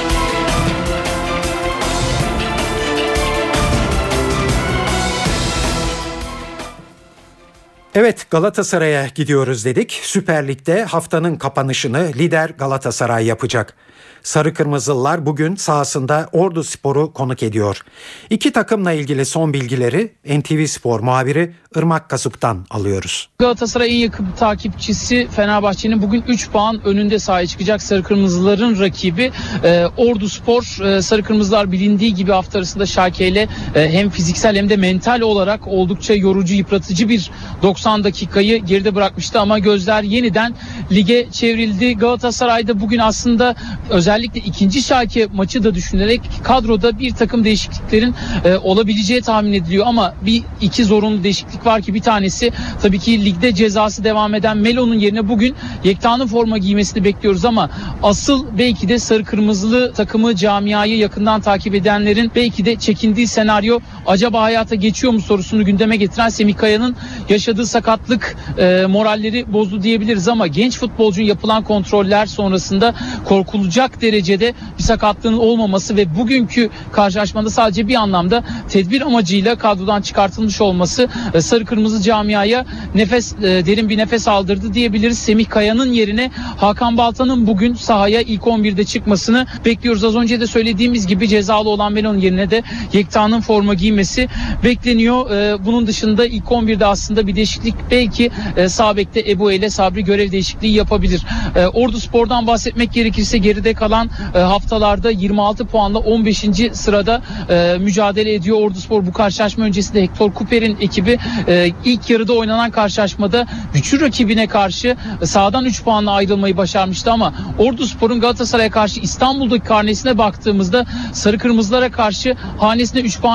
Evet, Galatasaray'a gidiyoruz dedik. Süper Lig'de haftanın kapanışını lider Galatasaray yapacak. Sarı Kırmızılılar bugün sahasında Orduspor'u konuk ediyor. İki takımla ilgili son bilgileri N T V Spor muhabiri Irmak Kasıp'tan alıyoruz. Galatasaray'ın en yakın takipçisi Fenerbahçe'nin bugün üç puan önünde sahaya çıkacak Sarı Kırmızıların rakibi e, Orduspor. E, Sarı Kırmızılar bilindiği gibi hafta arasında Schalke ile e, hem fiziksel hem de mental olarak oldukça yorucu, yıpratıcı bir doksan dakikayı geride bırakmıştı ama gözler yeniden lige çevrildi. Galatasaray'da bugün aslında özellikle ikinci Schalke maçı da düşünerek kadroda bir takım değişikliklerin e, olabileceği tahmin ediliyor ama bir iki zorunlu değişiklik var ki bir tanesi tabii ki ligde cezası devam eden Melo'nun yerine bugün Yekta'nın forma giymesini bekliyoruz ama asıl belki de sarı kırmızılı takımı, camiayı yakından takip edenlerin belki de çekindiği senaryo acaba hayata geçiyor mu sorusunu gündeme getiren Semih Kaya'nın yaşadığı sakatlık e, moralleri bozdu diyebiliriz ama genç futbolcunun yapılan kontroller sonrasında korkulacak derecede bir sakatlığının olmaması ve bugünkü karşılaşmada sadece bir anlamda tedbir amacıyla kadrodan çıkartılmış olması e, sarı kırmızı camiaya nefes e, derin bir nefes aldırdı diyebiliriz. Semih Kaya'nın yerine Hakan Balta'nın bugün sahaya ilk on birde çıkmasını bekliyoruz. Az önce de söylediğimiz gibi cezalı olan Melo'nun yerine de Yekta'nın forma giymesi bekleniyor. E, bunun dışında ilk on birde aslında bir değişiklik belki e, sağ bekte Ebu ile Sabri görev değişikliği yapabilir. E, Orduspor'dan bahsetmek gerekirse geride kalan e, haftalarda yirmi altı puanla on beşinci sırada e, mücadele ediyor Orduspor. Bu karşılaşma öncesinde Hector Cooper'in ekibi e, ilk yarıda oynanan karşılaşmada güçlü rakibine karşı e, sahadan üç puanla ayrılmayı başarmıştı ama Orduspor'un Galatasaray'a karşı İstanbul'daki karnesine baktığımızda sarı kırmızılara karşı hanesine üç puan yazdırma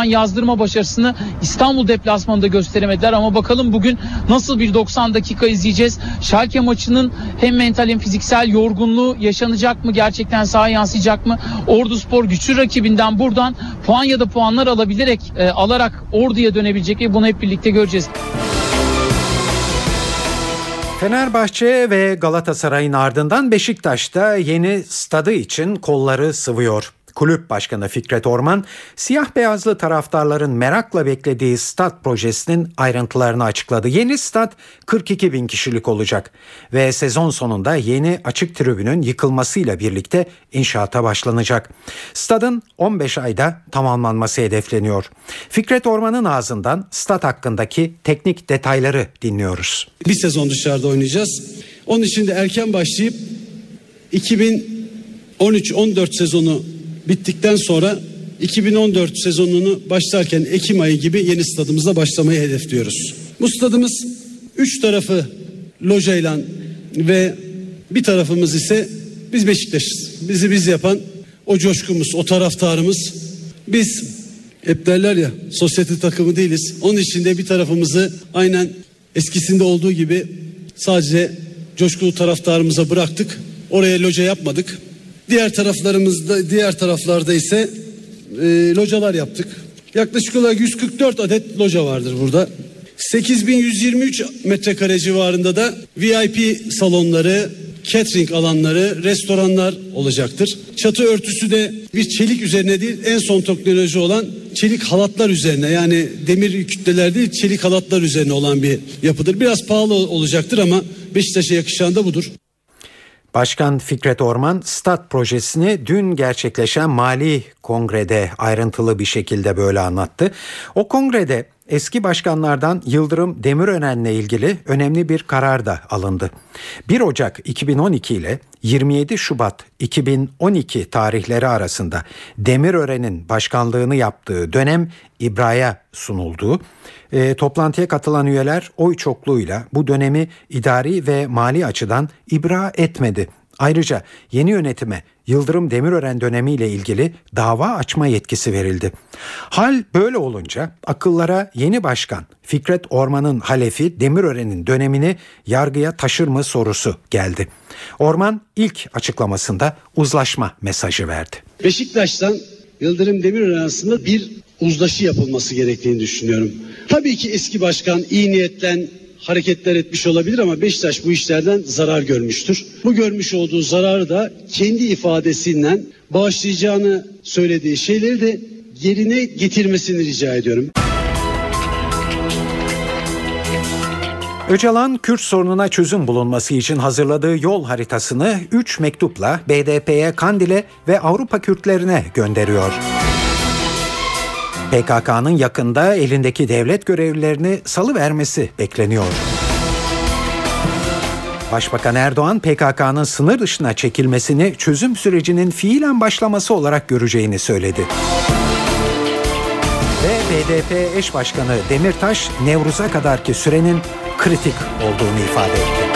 deplasma başarısını İstanbul deplasmanında gösteremediler ama bakalım bugün nasıl bir doksan dakika izleyeceğiz. Schalke maçının hem mental hem fiziksel yorgunluğu yaşanacak mı? Gerçekten sahaya yansıyacak mı? Orduspor güçlü rakibinden buradan puan ya da puanlar alabilerek e, alarak Ordu'ya dönebilecek ve bunu hep birlikte göreceğiz. Fenerbahçe ve Galatasaray'ın ardından Beşiktaş'ta yeni stadı için kolları sıvıyor. Kulüp Başkanı Fikret Orman, siyah beyazlı taraftarların merakla beklediği stat projesinin ayrıntılarını açıkladı. Yeni stat kırk iki bin kişilik olacak ve sezon sonunda yeni açık tribünün yıkılmasıyla birlikte inşaata başlanacak. Stadın on beş ayda tamamlanması hedefleniyor. Fikret Orman'ın ağzından stat hakkındaki teknik detayları dinliyoruz. Bir sezon dışarıda oynayacağız. Onun için de erken başlayıp iki bin on üç on dört sezonu bittikten sonra iki bin on dört sezonunu başlarken Ekim ayı gibi yeni stadımızda başlamayı hedefliyoruz. Bu stadımız üç tarafı lojayla ve bir tarafımız ise biz Beşiktaş'ız. Bizi biz yapan o coşkumuz, o taraftarımız. Biz hep derler ya, sosyete takımı değiliz. Onun için de bir tarafımızı aynen eskisinde olduğu gibi sadece coşkulu taraftarımıza bıraktık. Oraya loca yapmadık. Diğer taraflarımızda, diğer taraflarda ise e, localar yaptık. Yaklaşık olarak yüz kırk dört adet loca vardır burada. sekiz bin yüz yirmi üç metrekare civarında da V I P salonları, catering alanları, restoranlar olacaktır. Çatı örtüsü de bir çelik üzerine değil, en son teknoloji olan çelik halatlar üzerine, yani demir kütleler değil, çelik halatlar üzerine olan bir yapıdır. Biraz pahalı olacaktır ama Beşiktaş'a yakışan da budur. Başkan Fikret Orman, stat projesini dün gerçekleşen mali kongrede ayrıntılı bir şekilde böyle anlattı. O kongrede eski başkanlardan Yıldırım Demirören'le ilgili önemli bir karar da alındı. bir Ocak iki bin on iki ile yirmi yedi Şubat iki bin on iki tarihleri arasında Demirören'in başkanlığını yaptığı dönem ibraya sunuldu. E, toplantıya katılan üyeler oy çokluğuyla bu dönemi idari ve mali açıdan ibra etmedi. Ayrıca yeni yönetime Yıldırım Demirören dönemiyle ilgili dava açma yetkisi verildi. Hal böyle olunca akıllara yeni başkan Fikret Orman'ın halefi Demirören'in dönemini yargıya taşır mı sorusu geldi. Orman ilk açıklamasında uzlaşma mesajı verdi. Beşiktaş'tan Yıldırım Demirören arasında bir uzlaşı yapılması gerektiğini düşünüyorum. Tabii ki eski başkan iyi niyetten hareketler etmiş olabilir ama Beşiktaş bu işlerden zarar görmüştür. Bu görmüş olduğu zararı da kendi ifadesiyle bağışlayacağını söylediği şeyleri de yerine getirmesini rica ediyorum. Öcalan, Kürt sorununa çözüm bulunması için hazırladığı yol haritasını üç mektupla B D P'ye, Kandil'e ve Avrupa Kürtlerine gönderiyor. P K K'nın yakında elindeki devlet görevlilerini salıvermesi bekleniyor. Başbakan Erdoğan, P K K'nın sınır dışına çekilmesini çözüm sürecinin fiilen başlaması olarak göreceğini söyledi. Ve B D P eş başkanı Demirtaş, Nevruz'a kadarki sürenin kritik olduğunu ifade etti.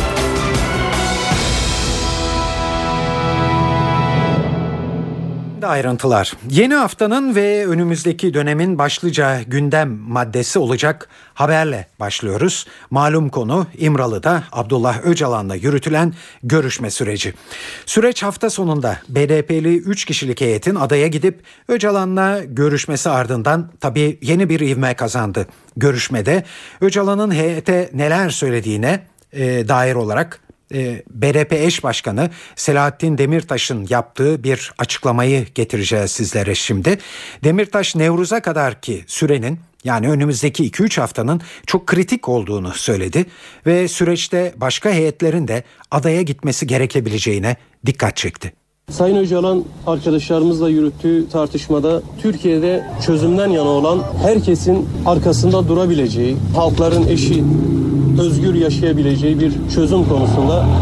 Ayrıntılar. Yeni haftanın ve önümüzdeki dönemin başlıca gündem maddesi olacak haberle başlıyoruz. Malum konu İmralı'da Abdullah Öcalan'la yürütülen görüşme süreci. Süreç hafta sonunda B D P'li üç kişilik heyetin adaya gidip Öcalan'la görüşmesi ardından tabii yeni bir ivme kazandı. Görüşmede Öcalan'ın heyete neler söylediğine e, dair olarak B D P eş başkanı Selahattin Demirtaş'ın yaptığı bir açıklamayı getireceğiz sizlere şimdi. Demirtaş, Nevruz'a kadarki sürenin, yani önümüzdeki iki üç haftanın çok kritik olduğunu söyledi ve süreçte başka heyetlerin de adaya gitmesi gerekebileceğine dikkat çekti. Sayın Öcalan arkadaşlarımızla yürüttüğü tartışmada Türkiye'de çözümden yana olan herkesin arkasında durabileceği, halkların eşit, özgür yaşayabileceği bir çözüm konusunda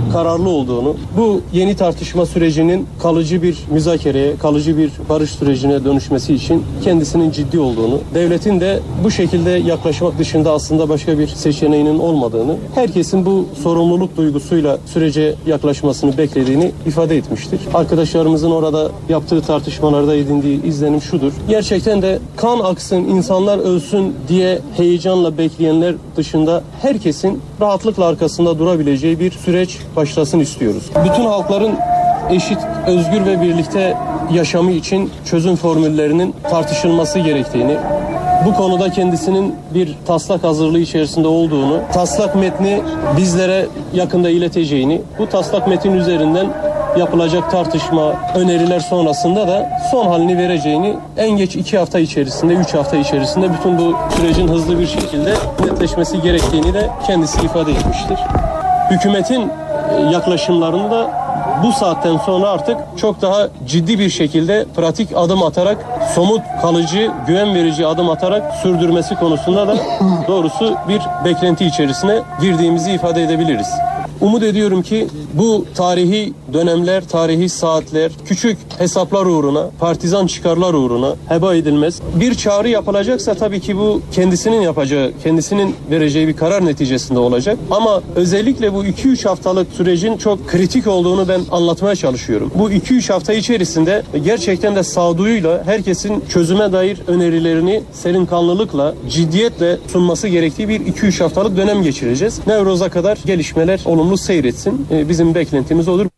kararlı olduğunu, bu yeni tartışma sürecinin kalıcı bir müzakereye, kalıcı bir barış sürecine dönüşmesi için kendisinin ciddi olduğunu, devletin de bu şekilde yaklaşmak dışında aslında başka bir seçeneğinin olmadığını, herkesin bu sorumluluk duygusuyla sürece yaklaşmasını beklediğini ifade etmiştir. Arkadaşlarımızın orada yaptığı tartışmalarda edindiği izlenim şudur: gerçekten de kan aksın, insanlar ölsün diye heyecanla bekleyenler dışında herkesin rahatlıkla arkasında durabileceği bir süreç başlasın istiyoruz. Bütün halkların eşit, özgür ve birlikte yaşamı için çözüm formüllerinin tartışılması gerektiğini, bu konuda kendisinin bir taslak hazırlığı içerisinde olduğunu, taslak metni bizlere yakında ileteceğini, bu taslak metin üzerinden yapılacak tartışma, öneriler sonrasında da son halini vereceğini, en geç iki hafta içerisinde, üç hafta içerisinde bütün bu sürecin hızlı bir şekilde netleşmesi gerektiğini de kendisi ifade etmiştir. Hükümetin yaklaşımlarını da bu saatten sonra artık çok daha ciddi bir şekilde pratik adım atarak, somut, kalıcı, güven verici adım atarak sürdürmesi konusunda da doğrusu bir beklenti içerisine girdiğimizi ifade edebiliriz. Umut ediyorum ki bu tarihi dönemler, tarihi saatler küçük hesaplar uğruna, partizan çıkarlar uğruna heba edilmez. Bir çağrı yapılacaksa tabii ki bu kendisinin yapacağı, kendisinin vereceği bir karar neticesinde olacak. Ama özellikle bu iki üç haftalık sürecin çok kritik olduğunu ben anlatmaya çalışıyorum. Bu iki üç hafta içerisinde gerçekten de sağduyuyla herkesin çözüme dair önerilerini serinkanlılıkla, ciddiyetle sunması gerektiği bir iki üç haftalık dönem geçireceğiz. Nevroz'a kadar gelişmeler olumlu seyretsin. Bizim beklentimiz olur.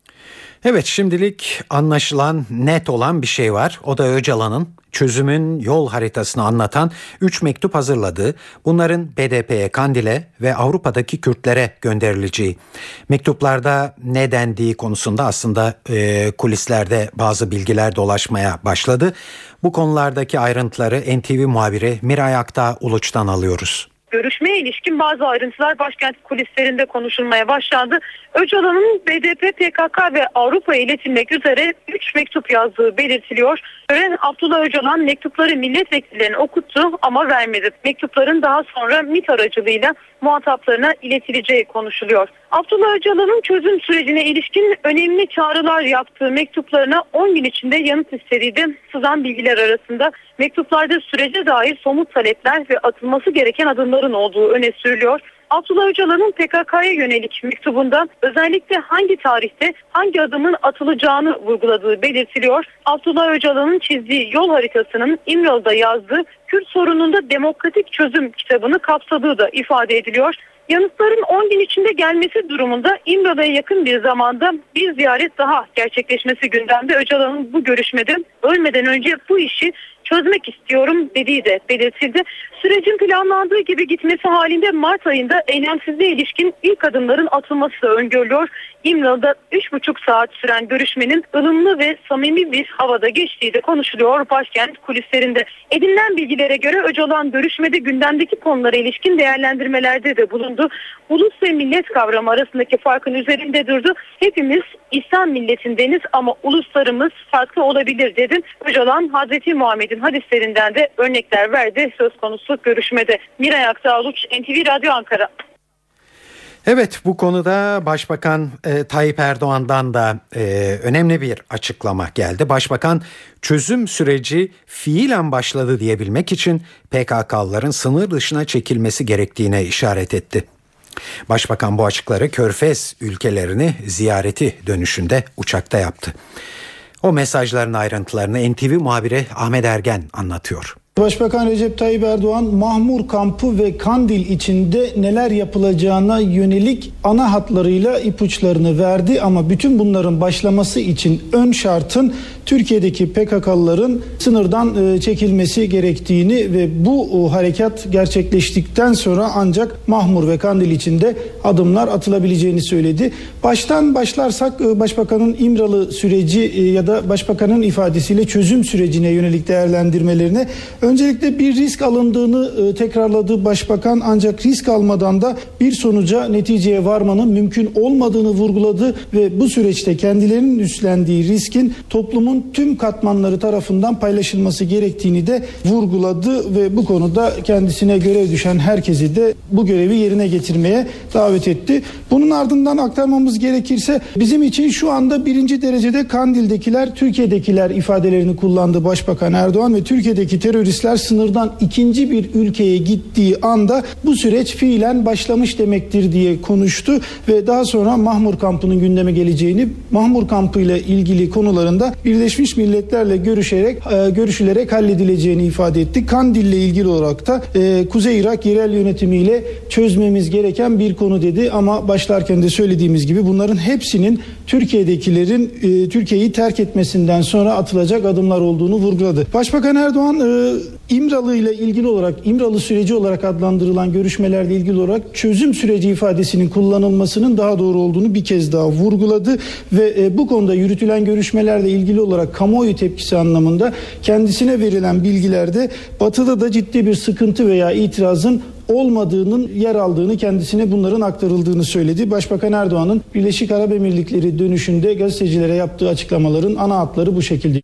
Evet, şimdilik anlaşılan, net olan bir şey var. O da Öcalan'ın çözümün yol haritasını anlatan üç mektup hazırladığı, bunların B D P'ye, Kandil'e ve Avrupa'daki Kürtlere gönderileceği. Mektuplarda ne dendiği konusunda aslında e, kulislerde bazı bilgiler dolaşmaya başladı. Bu konulardaki ayrıntıları N T V muhabiri Miray Aktağ Uluç'tan alıyoruz. Görüşmeye ilişkin bazı ayrıntılar başkent kulislerinde konuşulmaya başlandı. Öcalan'ın B D P, P K K ve Avrupa'ya iletilmek üzere üç mektup yazdığı belirtiliyor. Ören Abdullah Öcalan mektupları milletvekillerine okuttu ama vermedi. Mektupların daha sonra MİT aracılığıyla muhataplarına iletileceği konuşuluyor. Abdullah Öcalan'ın çözüm sürecine ilişkin önemli çağrılar yaptığı mektuplarına on gün içinde yanıt istediği de sızan bilgiler arasında. Mektuplarda sürece dair somut talepler ve atılması gereken adımların olduğu öne sürülüyor. Abdullah Öcalan'ın P K K'ya yönelik mektubunda özellikle hangi tarihte hangi adımın atılacağını vurguladığı belirtiliyor. Abdullah Öcalan'ın çizdiği yol haritasının İmralı'da yazdığı Kürt sorununda demokratik çözüm kitabını kapsadığı da ifade ediliyor. Yanıtların on gün içinde gelmesi durumunda İmralı'ya yakın bir zamanda bir ziyaret daha gerçekleşmesi gündemde. Öcalan'ın bu görüşmede ölmeden önce bu işi çözmek istiyorum dediği de belirtildi. Sürecin planlandığı gibi gitmesi halinde Mart ayında eylemsizliğe ilişkin ilk adımların atılması da öngörülüyor. İmralı'da üç buçuk saat süren görüşmenin ılımlı ve samimi bir havada geçtiği de konuşuluyor başkent kulislerinde. Edinilen bilgilere göre Öcalan görüşmede gündemdeki konulara ilişkin değerlendirmelerde de bulundu. Ulus ve millet kavramı arasındaki farkın üzerinde durdu. Hepimiz İslam milletindeniz ama uluslarımız farklı olabilir dedi. Öcalan Hazreti Muhammed'in hadislerinden de örnekler verdi söz konusu görüşmede. Miray Aktağ Uluç, N T V Radyo Ankara. Evet, bu konuda Başbakan e, Tayyip Erdoğan'dan da e, önemli bir açıklama geldi. Başbakan çözüm süreci fiilen başladı diyebilmek için P K K'lıların sınır dışına çekilmesi gerektiğine işaret etti. Başbakan bu açıkları Körfez ülkelerini ziyareti dönüşünde uçakta yaptı. O mesajların ayrıntılarını N T V muhabiri Ahmet Ergen anlatıyor. Başbakan Recep Tayyip Erdoğan, Mahmur kampı ve Kandil içinde neler yapılacağına yönelik ana hatlarıyla ipuçlarını verdi ama bütün bunların başlaması için ön şartın Türkiye'deki P K K'lıların sınırdan çekilmesi gerektiğini ve bu harekat gerçekleştikten sonra ancak Mahmur ve Kandil içinde adımlar atılabileceğini söyledi. Baştan başlarsak Başbakanın İmralı süreci ya da Başbakanın ifadesiyle çözüm sürecine yönelik değerlendirmelerine, Öncelikle bir risk alındığını e, tekrarladı Başbakan, ancak risk almadan da bir sonuca, neticeye varmanın mümkün olmadığını vurguladı ve bu süreçte kendilerinin üstlendiği riskin toplumun tüm katmanları tarafından paylaşılması gerektiğini de vurguladı ve bu konuda kendisine görev düşen herkesi de bu görevi yerine getirmeye davet etti. Bunun ardından aktarmamız gerekirse bizim için şu anda birinci derecede Kandil'dekiler, Türkiye'dekiler ifadelerini kullandı Başbakan Erdoğan ve Türkiye'deki teröristler sınırdan ikinci bir ülkeye gittiği anda bu süreç fiilen başlamış demektir diye konuştu ve daha sonra Mahmur kampının gündeme geleceğini, Mahmur kampı ile ilgili konularında Birleşmiş Milletler'le görüşerek e, görüşülerek halledileceğini ifade etti. Kandil ile ilgili olarak da e, Kuzey Irak yerel yönetimiyle çözmemiz gereken bir konu dedi ama başlarken de söylediğimiz gibi bunların hepsinin Türkiye'dekilerin e, Türkiye'yi terk etmesinden sonra atılacak adımlar olduğunu vurguladı. Başbakan Erdoğan e, İmralı ile ilgili olarak, İmralı süreci olarak adlandırılan görüşmelerle ilgili olarak çözüm süreci ifadesinin kullanılmasının daha doğru olduğunu bir kez daha vurguladı ve e, bu konuda yürütülen görüşmelerle ilgili olarak kamuoyu tepkisi anlamında kendisine verilen bilgilerde Batı'da da ciddi bir sıkıntı veya itirazın olmadığının yer aldığını, kendisine bunların aktarıldığını söyledi. Başbakan Erdoğan'ın Birleşik Arap Emirlikleri dönüşünde gazetecilere yaptığı açıklamaların ana hatları bu şekilde.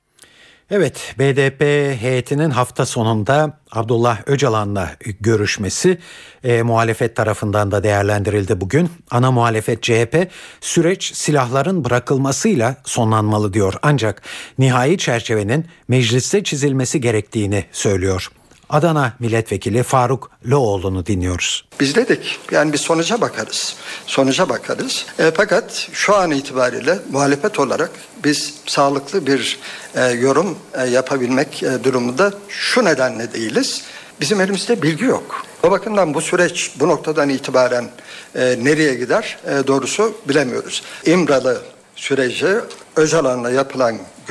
Evet, B D P heyetinin hafta sonunda Abdullah Öcalan'la görüşmesi e, muhalefet tarafından da değerlendirildi bugün. Ana muhalefet C H P süreç silahların bırakılmasıyla sonlanmalı diyor. Ancak nihai çerçevenin mecliste çizilmesi gerektiğini söylüyor. Adana Milletvekili Faruk Loğlu'nu dinliyoruz. Biz dedik yani bir sonuca bakarız. Sonuca bakarız. E, fakat şu an itibariyle muhalefet olarak biz sağlıklı bir e, yorum e, yapabilmek e, durumunda şu nedenle değiliz. Bizim elimizde bilgi yok. O bakımdan bu süreç bu noktadan itibaren e, nereye gider e, doğrusu bilemiyoruz. İmralı süreci Öcalan'la yapılan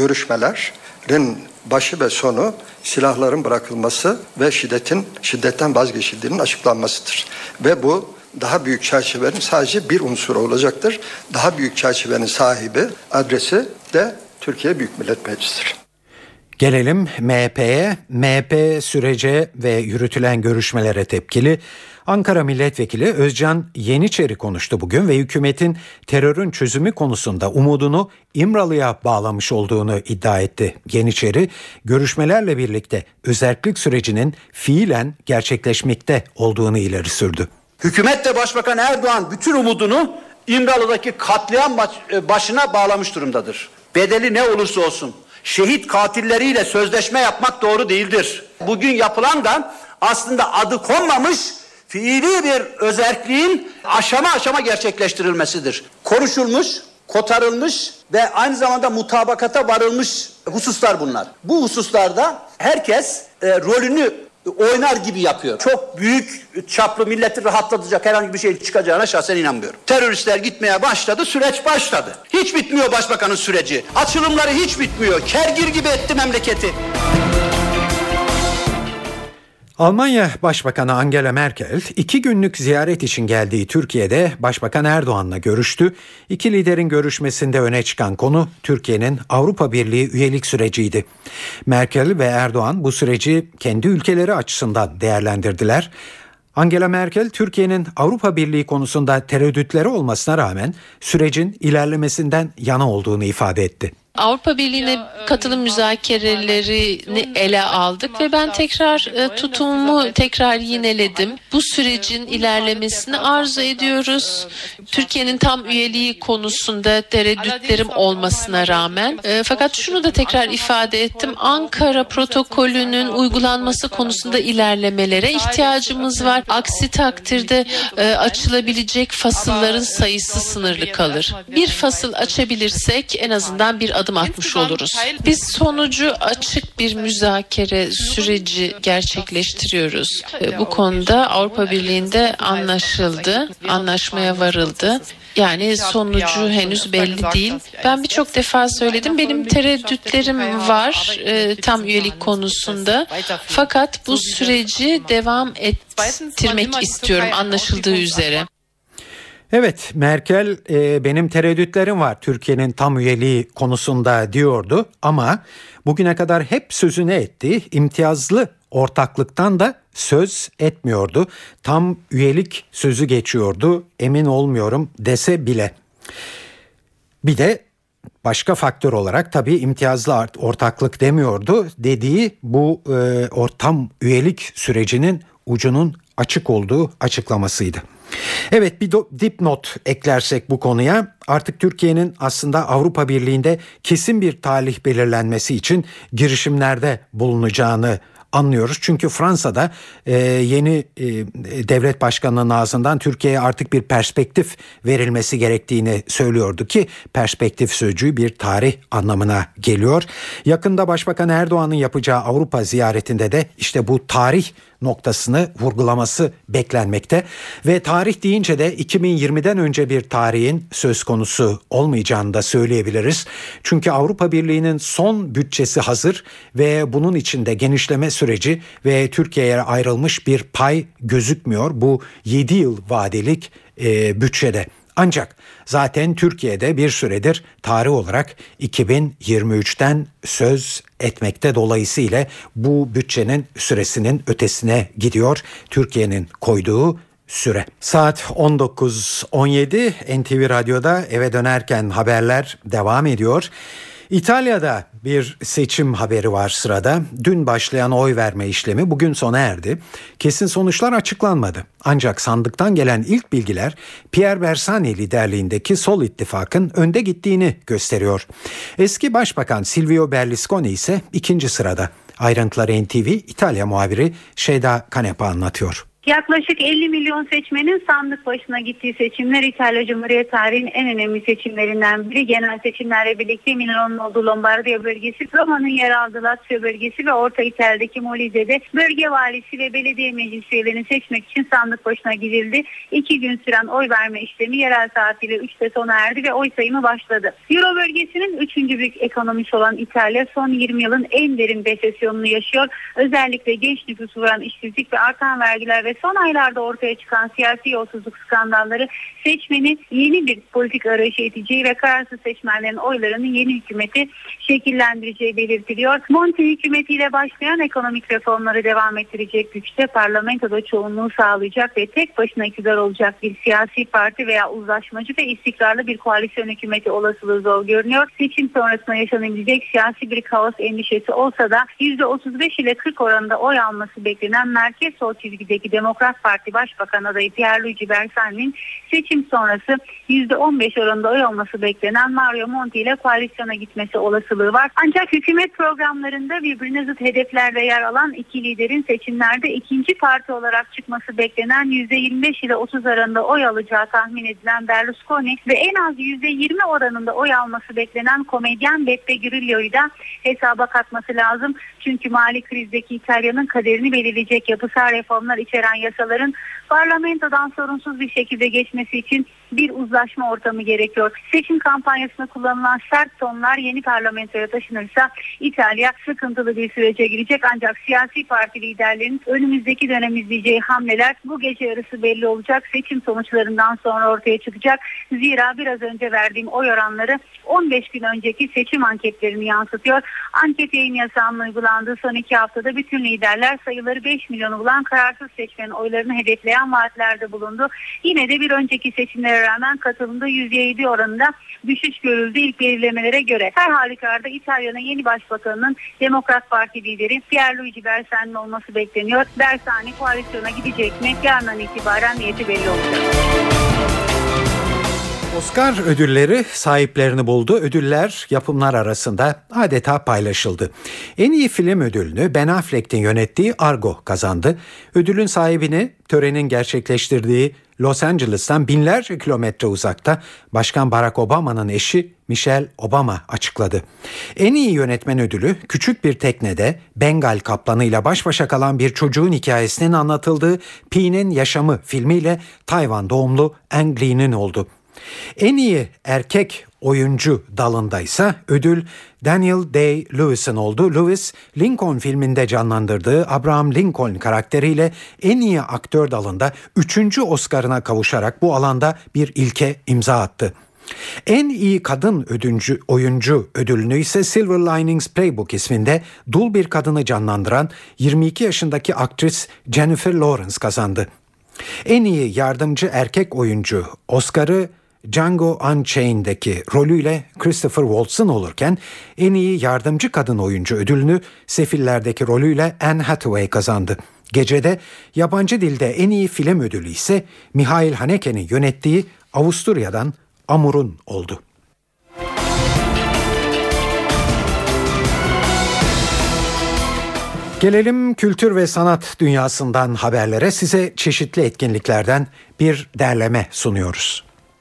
görüşmelerin başı ve sonu silahların bırakılması ve şiddetin şiddetten vazgeçildiğinin açıklanmasıdır. Ve bu daha büyük çerçevenin sadece bir unsuru olacaktır. Daha büyük çerçevenin sahibi, adresi de Türkiye Büyük Millet Meclisi'dir. Gelelim M H P'ye. M H P sürece ve yürütülen görüşmelere tepkili. Ankara Milletvekili Özcan Yeniçeri konuştu bugün ve hükümetin terörün çözümü konusunda umudunu İmralı'ya bağlamış olduğunu iddia etti. Yeniçeri, görüşmelerle birlikte özerklik sürecinin fiilen gerçekleşmekte olduğunu ileri sürdü. Hükümet ve Başbakan Erdoğan bütün umudunu İmralı'daki katliam başına bağlamış durumdadır. Bedeli ne olursa olsun şehit katilleriyle sözleşme yapmak doğru değildir. Bugün yapılan da aslında adı konmamış fiili bir özerkliğin aşama aşama gerçekleştirilmesidir. Konuşulmuş, kotarılmış ve aynı zamanda mutabakata varılmış hususlar bunlar. Bu hususlarda herkes e, rolünü oynar gibi yapıyor. Çok büyük çaplı milleti rahatlatacak herhangi bir şey çıkacağına şahsen inanmıyorum. Teröristler gitmeye başladı, süreç başladı. Hiç bitmiyor başbakanın süreci. Açılımları hiç bitmiyor. Kergir gibi etti memleketi. Almanya Başbakanı Angela Merkel iki günlük ziyaret için geldiği Türkiye'de Başbakan Erdoğan'la görüştü. İki liderin görüşmesinde öne çıkan konu Türkiye'nin Avrupa Birliği üyelik süreciydi. Merkel ve Erdoğan bu süreci kendi ülkeleri açısından değerlendirdiler. Angela Merkel, Türkiye'nin Avrupa Birliği konusunda tereddütleri olmasına rağmen sürecin ilerlemesinden yana olduğunu ifade etti. Avrupa Birliği'ne katılım müzakerelerini ele aldık ve ben tekrar e, tutumumu tekrar yineledim. Bu sürecin ilerlemesini arzu ediyoruz. Türkiye'nin tam üyeliği konusunda tereddütlerim olmasına rağmen. E, fakat şunu da tekrar ifade ettim. Ankara protokolünün uygulanması konusunda ilerlemelere ihtiyacımız var. Aksi takdirde e, açılabilecek fasılların sayısı sınırlı kalır. Bir fasıl açabilirsek en azından bir adım adım atmış oluruz. Biz sonucu açık bir müzakere süreci gerçekleştiriyoruz. Bu konuda Avrupa Birliği'nde anlaşıldı, anlaşmaya varıldı. Yani sonucu henüz belli değil. Ben birçok defa söyledim. Benim tereddütlerim var e, tam üyelik konusunda. Fakat bu süreci devam ettirmek istiyorum anlaşıldığı üzere. Evet, Merkel e, benim tereddütlerim var Türkiye'nin tam üyeliği konusunda diyordu ama bugüne kadar hep sözünü etti. İmtiyazlı ortaklıktan da söz etmiyordu. Tam üyelik sözü geçiyordu, emin olmuyorum dese bile. Bir de başka faktör olarak tabii imtiyazlı ortaklık demiyordu. Dediği bu e, ortam üyelik sürecinin ucunun açık olduğu açıklamasıydı. Evet, bir do- dipnot eklersek bu konuya, artık Türkiye'nin aslında Avrupa Birliği'nde kesin bir tarih belirlenmesi için girişimlerde bulunacağını anlıyoruz. Çünkü Fransa'da e, yeni e, devlet başkanının ağzından Türkiye'ye artık bir perspektif verilmesi gerektiğini söylüyordu ki perspektif sözcüğü bir tarih anlamına geliyor. Yakında Başbakan Erdoğan'ın yapacağı Avrupa ziyaretinde de işte bu tarih noktasını vurgulaması beklenmekte ve tarih deyince de iki bin yirmiden önce bir tarihin söz konusu olmayacağını da söyleyebiliriz. Çünkü Avrupa Birliği'nin son bütçesi hazır ve bunun içinde genişleme süreci ve Türkiye'ye ayrılmış bir pay gözükmüyor bu yedi yıl vadelik e, bütçede. Ancak zaten Türkiye'de bir süredir tarih olarak iki bin yirmi üçten söz etmekte, dolayısıyla bu bütçenin süresinin ötesine gidiyor Türkiye'nin koyduğu süre. Saat on dokuz on yedi N T V Radyo'da eve dönerken haberler devam ediyor. İtalya'da bir seçim haberi var sırada. Dün başlayan oy verme işlemi bugün sona erdi. Kesin sonuçlar açıklanmadı. Ancak sandıktan gelen ilk bilgiler Pier Bersani liderliğindeki Sol İttifak'ın önde gittiğini gösteriyor. Eski Başbakan Silvio Berlusconi ise ikinci sırada. Ayrıntıları N T V İtalya muhabiri Şeyda Kanepa anlatıyor. Yaklaşık elli milyon seçmenin sandık başına gittiği seçimler İtalya Cumhuriyeti tarihinin en önemli seçimlerinden biri. Genel seçimlerle birlikte Milano'nun olduğu Lombardiya bölgesi, Roma'nın yer aldığı Lazio bölgesi ve Orta İtalya'daki Molise'de bölge valisi ve belediye meclis üyelerini seçmek için sandık başına gidildi. İki gün süren oy verme işlemi yerel saatiyle üçte sona erdi ve oy sayımı başladı. Euro bölgesinin üçüncü büyük ekonomisi olan İtalya son yirmi yılın en derin depresyonunu yaşıyor. Özellikle genç nüfusu vuran işsizlik ve artan vergiler ve son aylarda ortaya çıkan siyasi yolsuzluk skandalları seçmeni yeni bir politik arayışa iteceği ve kararsız seçmenlerin oylarını yeni hükümeti şekillendireceği belirtiliyor. Monti hükümetiyle başlayan ekonomik reformları devam ettirecek güçte, parlamentoda çoğunluğu sağlayacak ve tek başına iktidar olacak bir siyasi parti veya uzlaşmacı ve istikrarlı bir koalisyon hükümeti olasılığı zor görünüyor. Seçim sonrasında yaşanabilecek siyasi bir kaos endişesi olsa da yüzde otuz beş ile kırk oranında oy alması beklenen merkez sol çizgideki Demokrat Parti Başbakan adayı Pierluigi Bersani'nin seçim sonrası yüzde on beş oranında oy alması beklenen Mario Monti ile koalisyona gitmesi olasılığı var. Ancak hükümet programlarında birbirine zıt hedeflerde yer alan iki liderin seçimlerde ikinci parti olarak çıkması beklenen yüzde yirmi beş ile otuz arasında oy alacağı tahmin edilen Berlusconi ve en az yüzde yirmi oranında oy alması beklenen komedyen Beppe Grillo'yu da hesaba katması lazım. Çünkü mali krizdeki İtalya'nın kaderini belirleyecek yapısal reformlar içeren yasaların parlamentodan sorunsuz bir şekilde geçmesi için bir uzlaşma ortamı gerekiyor. Seçim kampanyasında kullanılan sert tonlar yeni parlamentoya taşınırsa İtalya sıkıntılı bir sürece girecek, ancak siyasi parti liderlerinin önümüzdeki dönem izleyeceği hamleler bu gece yarısı belli olacak. Seçim sonuçlarından sonra ortaya çıkacak. Zira biraz önce verdiğim oy oranları on beş gün önceki seçim anketlerini yansıtıyor. Anket yayın yasağının uygulandığı son iki haftada bütün liderler sayıları beş milyonu bulan kararsız seçmenin oylarını hedefleyen vaatlerde bulundu. Yine de bir önceki seçimlere rağmen katılımda yüzde yedi oranında düşüş görüldü ilk belirlemelere göre. Her halükarda İtalya'nın yeni başbakanının Demokrat Parti lideri Pierluigi Bersani olması bekleniyor. Bersani koalisyona gidecek mi? Yarından itibaren niyeti belli olacak. Oscar ödülleri sahiplerini buldu. Ödüller yapımlar arasında adeta paylaşıldı. En iyi film ödülünü Ben Affleck'in yönettiği Argo kazandı. Ödülün sahibini törenin gerçekleştirdiği Los Angeles'tan binlerce kilometre uzakta Başkan Barack Obama'nın eşi Michelle Obama açıkladı. En iyi yönetmen ödülü küçük bir teknede Bengal kaplanıyla baş başa kalan bir çocuğun hikayesinin anlatıldığı Pi'nin Yaşamı filmiyle Tayvan doğumlu Ang Lee'nin oldu. En iyi erkek oyuncu dalında ise ödül Daniel Day-Lewis'in oldu. Lewis, Lincoln filminde canlandırdığı Abraham Lincoln karakteriyle en iyi aktör dalında üçüncü Oscar'ına kavuşarak bu alanda bir ilke imza attı. En iyi kadın ödüncü, oyuncu ödülünü ise Silver Linings Playbook isminde dul bir kadını canlandıran yirmi iki yaşındaki aktris Jennifer Lawrence kazandı. En iyi yardımcı erkek oyuncu Oscar'ı Django Unchained'deki rolüyle Christopher Waltz'ın olurken en iyi yardımcı kadın oyuncu ödülünü Sefiller'deki rolüyle Anne Hathaway kazandı. Gecede yabancı dilde en iyi film ödülü ise Mihail Haneke'nin yönettiği Avusturya'dan Amur'un oldu. Gelelim kültür ve sanat dünyasından haberlere. Size çeşitli etkinliklerden bir derleme sunuyoruz.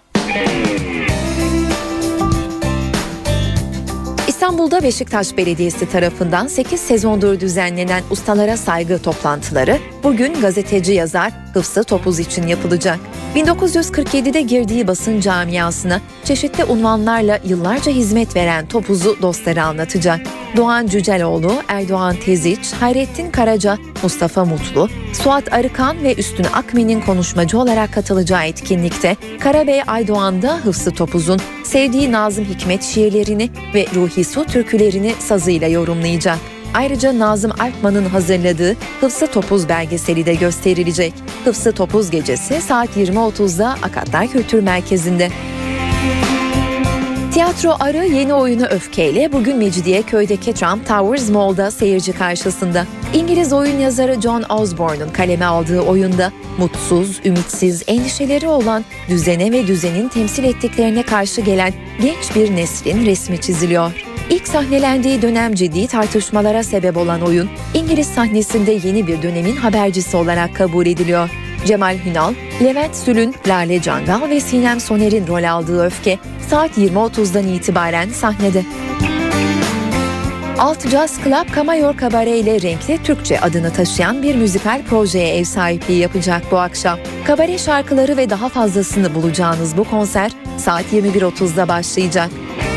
İstanbul'da Beşiktaş Belediyesi tarafından sekiz sezondur düzenlenen ustalara saygı toplantıları bugün gazeteci yazar Hıfzı Topuz için yapılacak. bin dokuz yüz kırk yedide girdiği basın camiasına çeşitli unvanlarla yıllarca hizmet veren Topuz'u dostları anlatacak. Doğan Cüceloğlu, Erdoğan Teziç, Hayrettin Karaca, Mustafa Mutlu, Suat Arıkan ve Üstün Akmen'in konuşmacı olarak katılacağı etkinlikte Karabey Aydoğan da Hıfzı Topuz'un sevdiği Nazım Hikmet şiirlerini ve Ruhi Su türkülerini sazıyla yorumlayacak. Ayrıca Nazım Alpman'ın hazırladığı Hıfzı Topuz belgeseli de gösterilecek. Hıfzı Topuz gecesi saat yirmi otuzda Akatlar Kültür Merkezi'nde. Tiyatro Arı yeni oyunu Öfke'yle bugün Mecidiyeköy'deki Trump Towers Mall'da seyirci karşısında. İngiliz oyun yazarı John Osborne'un kaleme aldığı oyunda mutsuz, ümitsiz, endişeleri olan, düzene ve düzenin temsil ettiklerine karşı gelen genç bir neslin resmi çiziliyor. İlk sahnelendiği dönem ciddi tartışmalara sebep olan oyun, İngiliz sahnesinde yeni bir dönemin habercisi olarak kabul ediliyor. Cemal Hünal, Levent Sülün, Lale Cangal ve Sinem Soner'in rol aldığı Öfke, saat yirmi otuzdan itibaren sahnede. Alt Jazz Club, Kamayor Kabare ile renkli Türkçe adını taşıyan bir müzikal projeye ev sahipliği yapacak bu akşam. Kabare şarkıları ve daha fazlasını bulacağınız bu konser saat yirmi bir otuzda başlayacak.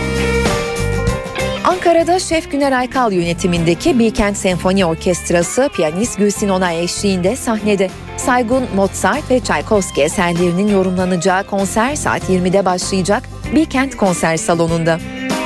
Ankara'da Şef Güner Aykal yönetimindeki Bilkent Senfoni Orkestrası piyanist Gülsin Onay eşliğinde sahnede. Saygun, Mozart ve Tchaikovsky eserlerinin yorumlanacağı konser saat yirmide başlayacak Bilkent Konser Salonu'nda.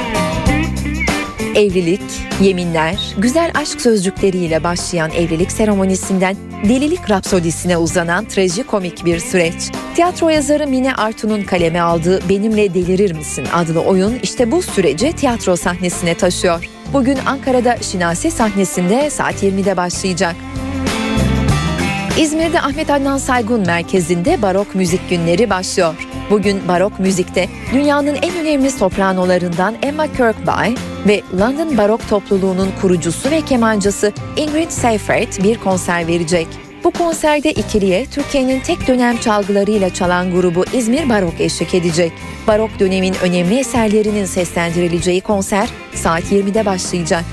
Evlilik, yeminler, güzel aşk sözcükleriyle başlayan evlilik seremonisinden delilik rapsodisine uzanan trajikomik bir süreç. Tiyatro yazarı Mine Artun'un kaleme aldığı Benimle Delirir Misin adlı oyun işte bu süreci tiyatro sahnesine taşıyor. Bugün Ankara'da Şinasi sahnesinde saat yirmide başlayacak. İzmir'de Ahmet Adnan Saygun Merkezi'nde Barok Müzik Günleri başlıyor. Bugün barok müzikte dünyanın en önemli sopranolarından Emma Kirkby ve London Barok Topluluğu'nun kurucusu ve kemancısı Ingrid Seyfried bir konser verecek. Bu konserde ikiliye Türkiye'nin tek dönem çalgılarıyla çalan grubu İzmir Barok eşlik edecek. Barok dönemin önemli eserlerinin seslendirileceği konser saat yirmide başlayacak.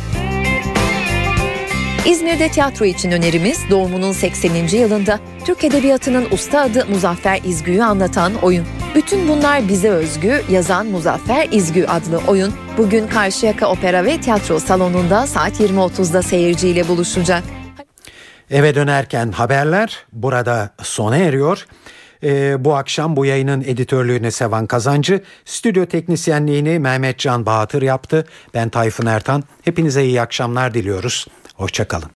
İzmir'de tiyatro için önerimiz doğumunun sekseninci yılında Türk Edebiyatı'nın usta adı Muzaffer İzgü'yü anlatan oyun. Bütün bunlar bize özgü, yazan Muzaffer İzgü adlı oyun bugün Karşıyaka Opera ve Tiyatro Salonu'nda saat yirmi otuzda seyirciyle buluşacak. Eve dönerken haberler burada sona eriyor. Ee, bu akşam bu yayının editörlüğünü Sevan Kazancı, stüdyo teknisyenliğini Mehmet Can Bahatır yaptı. Ben Tayfun Ertan. Hepinize iyi akşamlar diliyoruz. Hoşça kalın.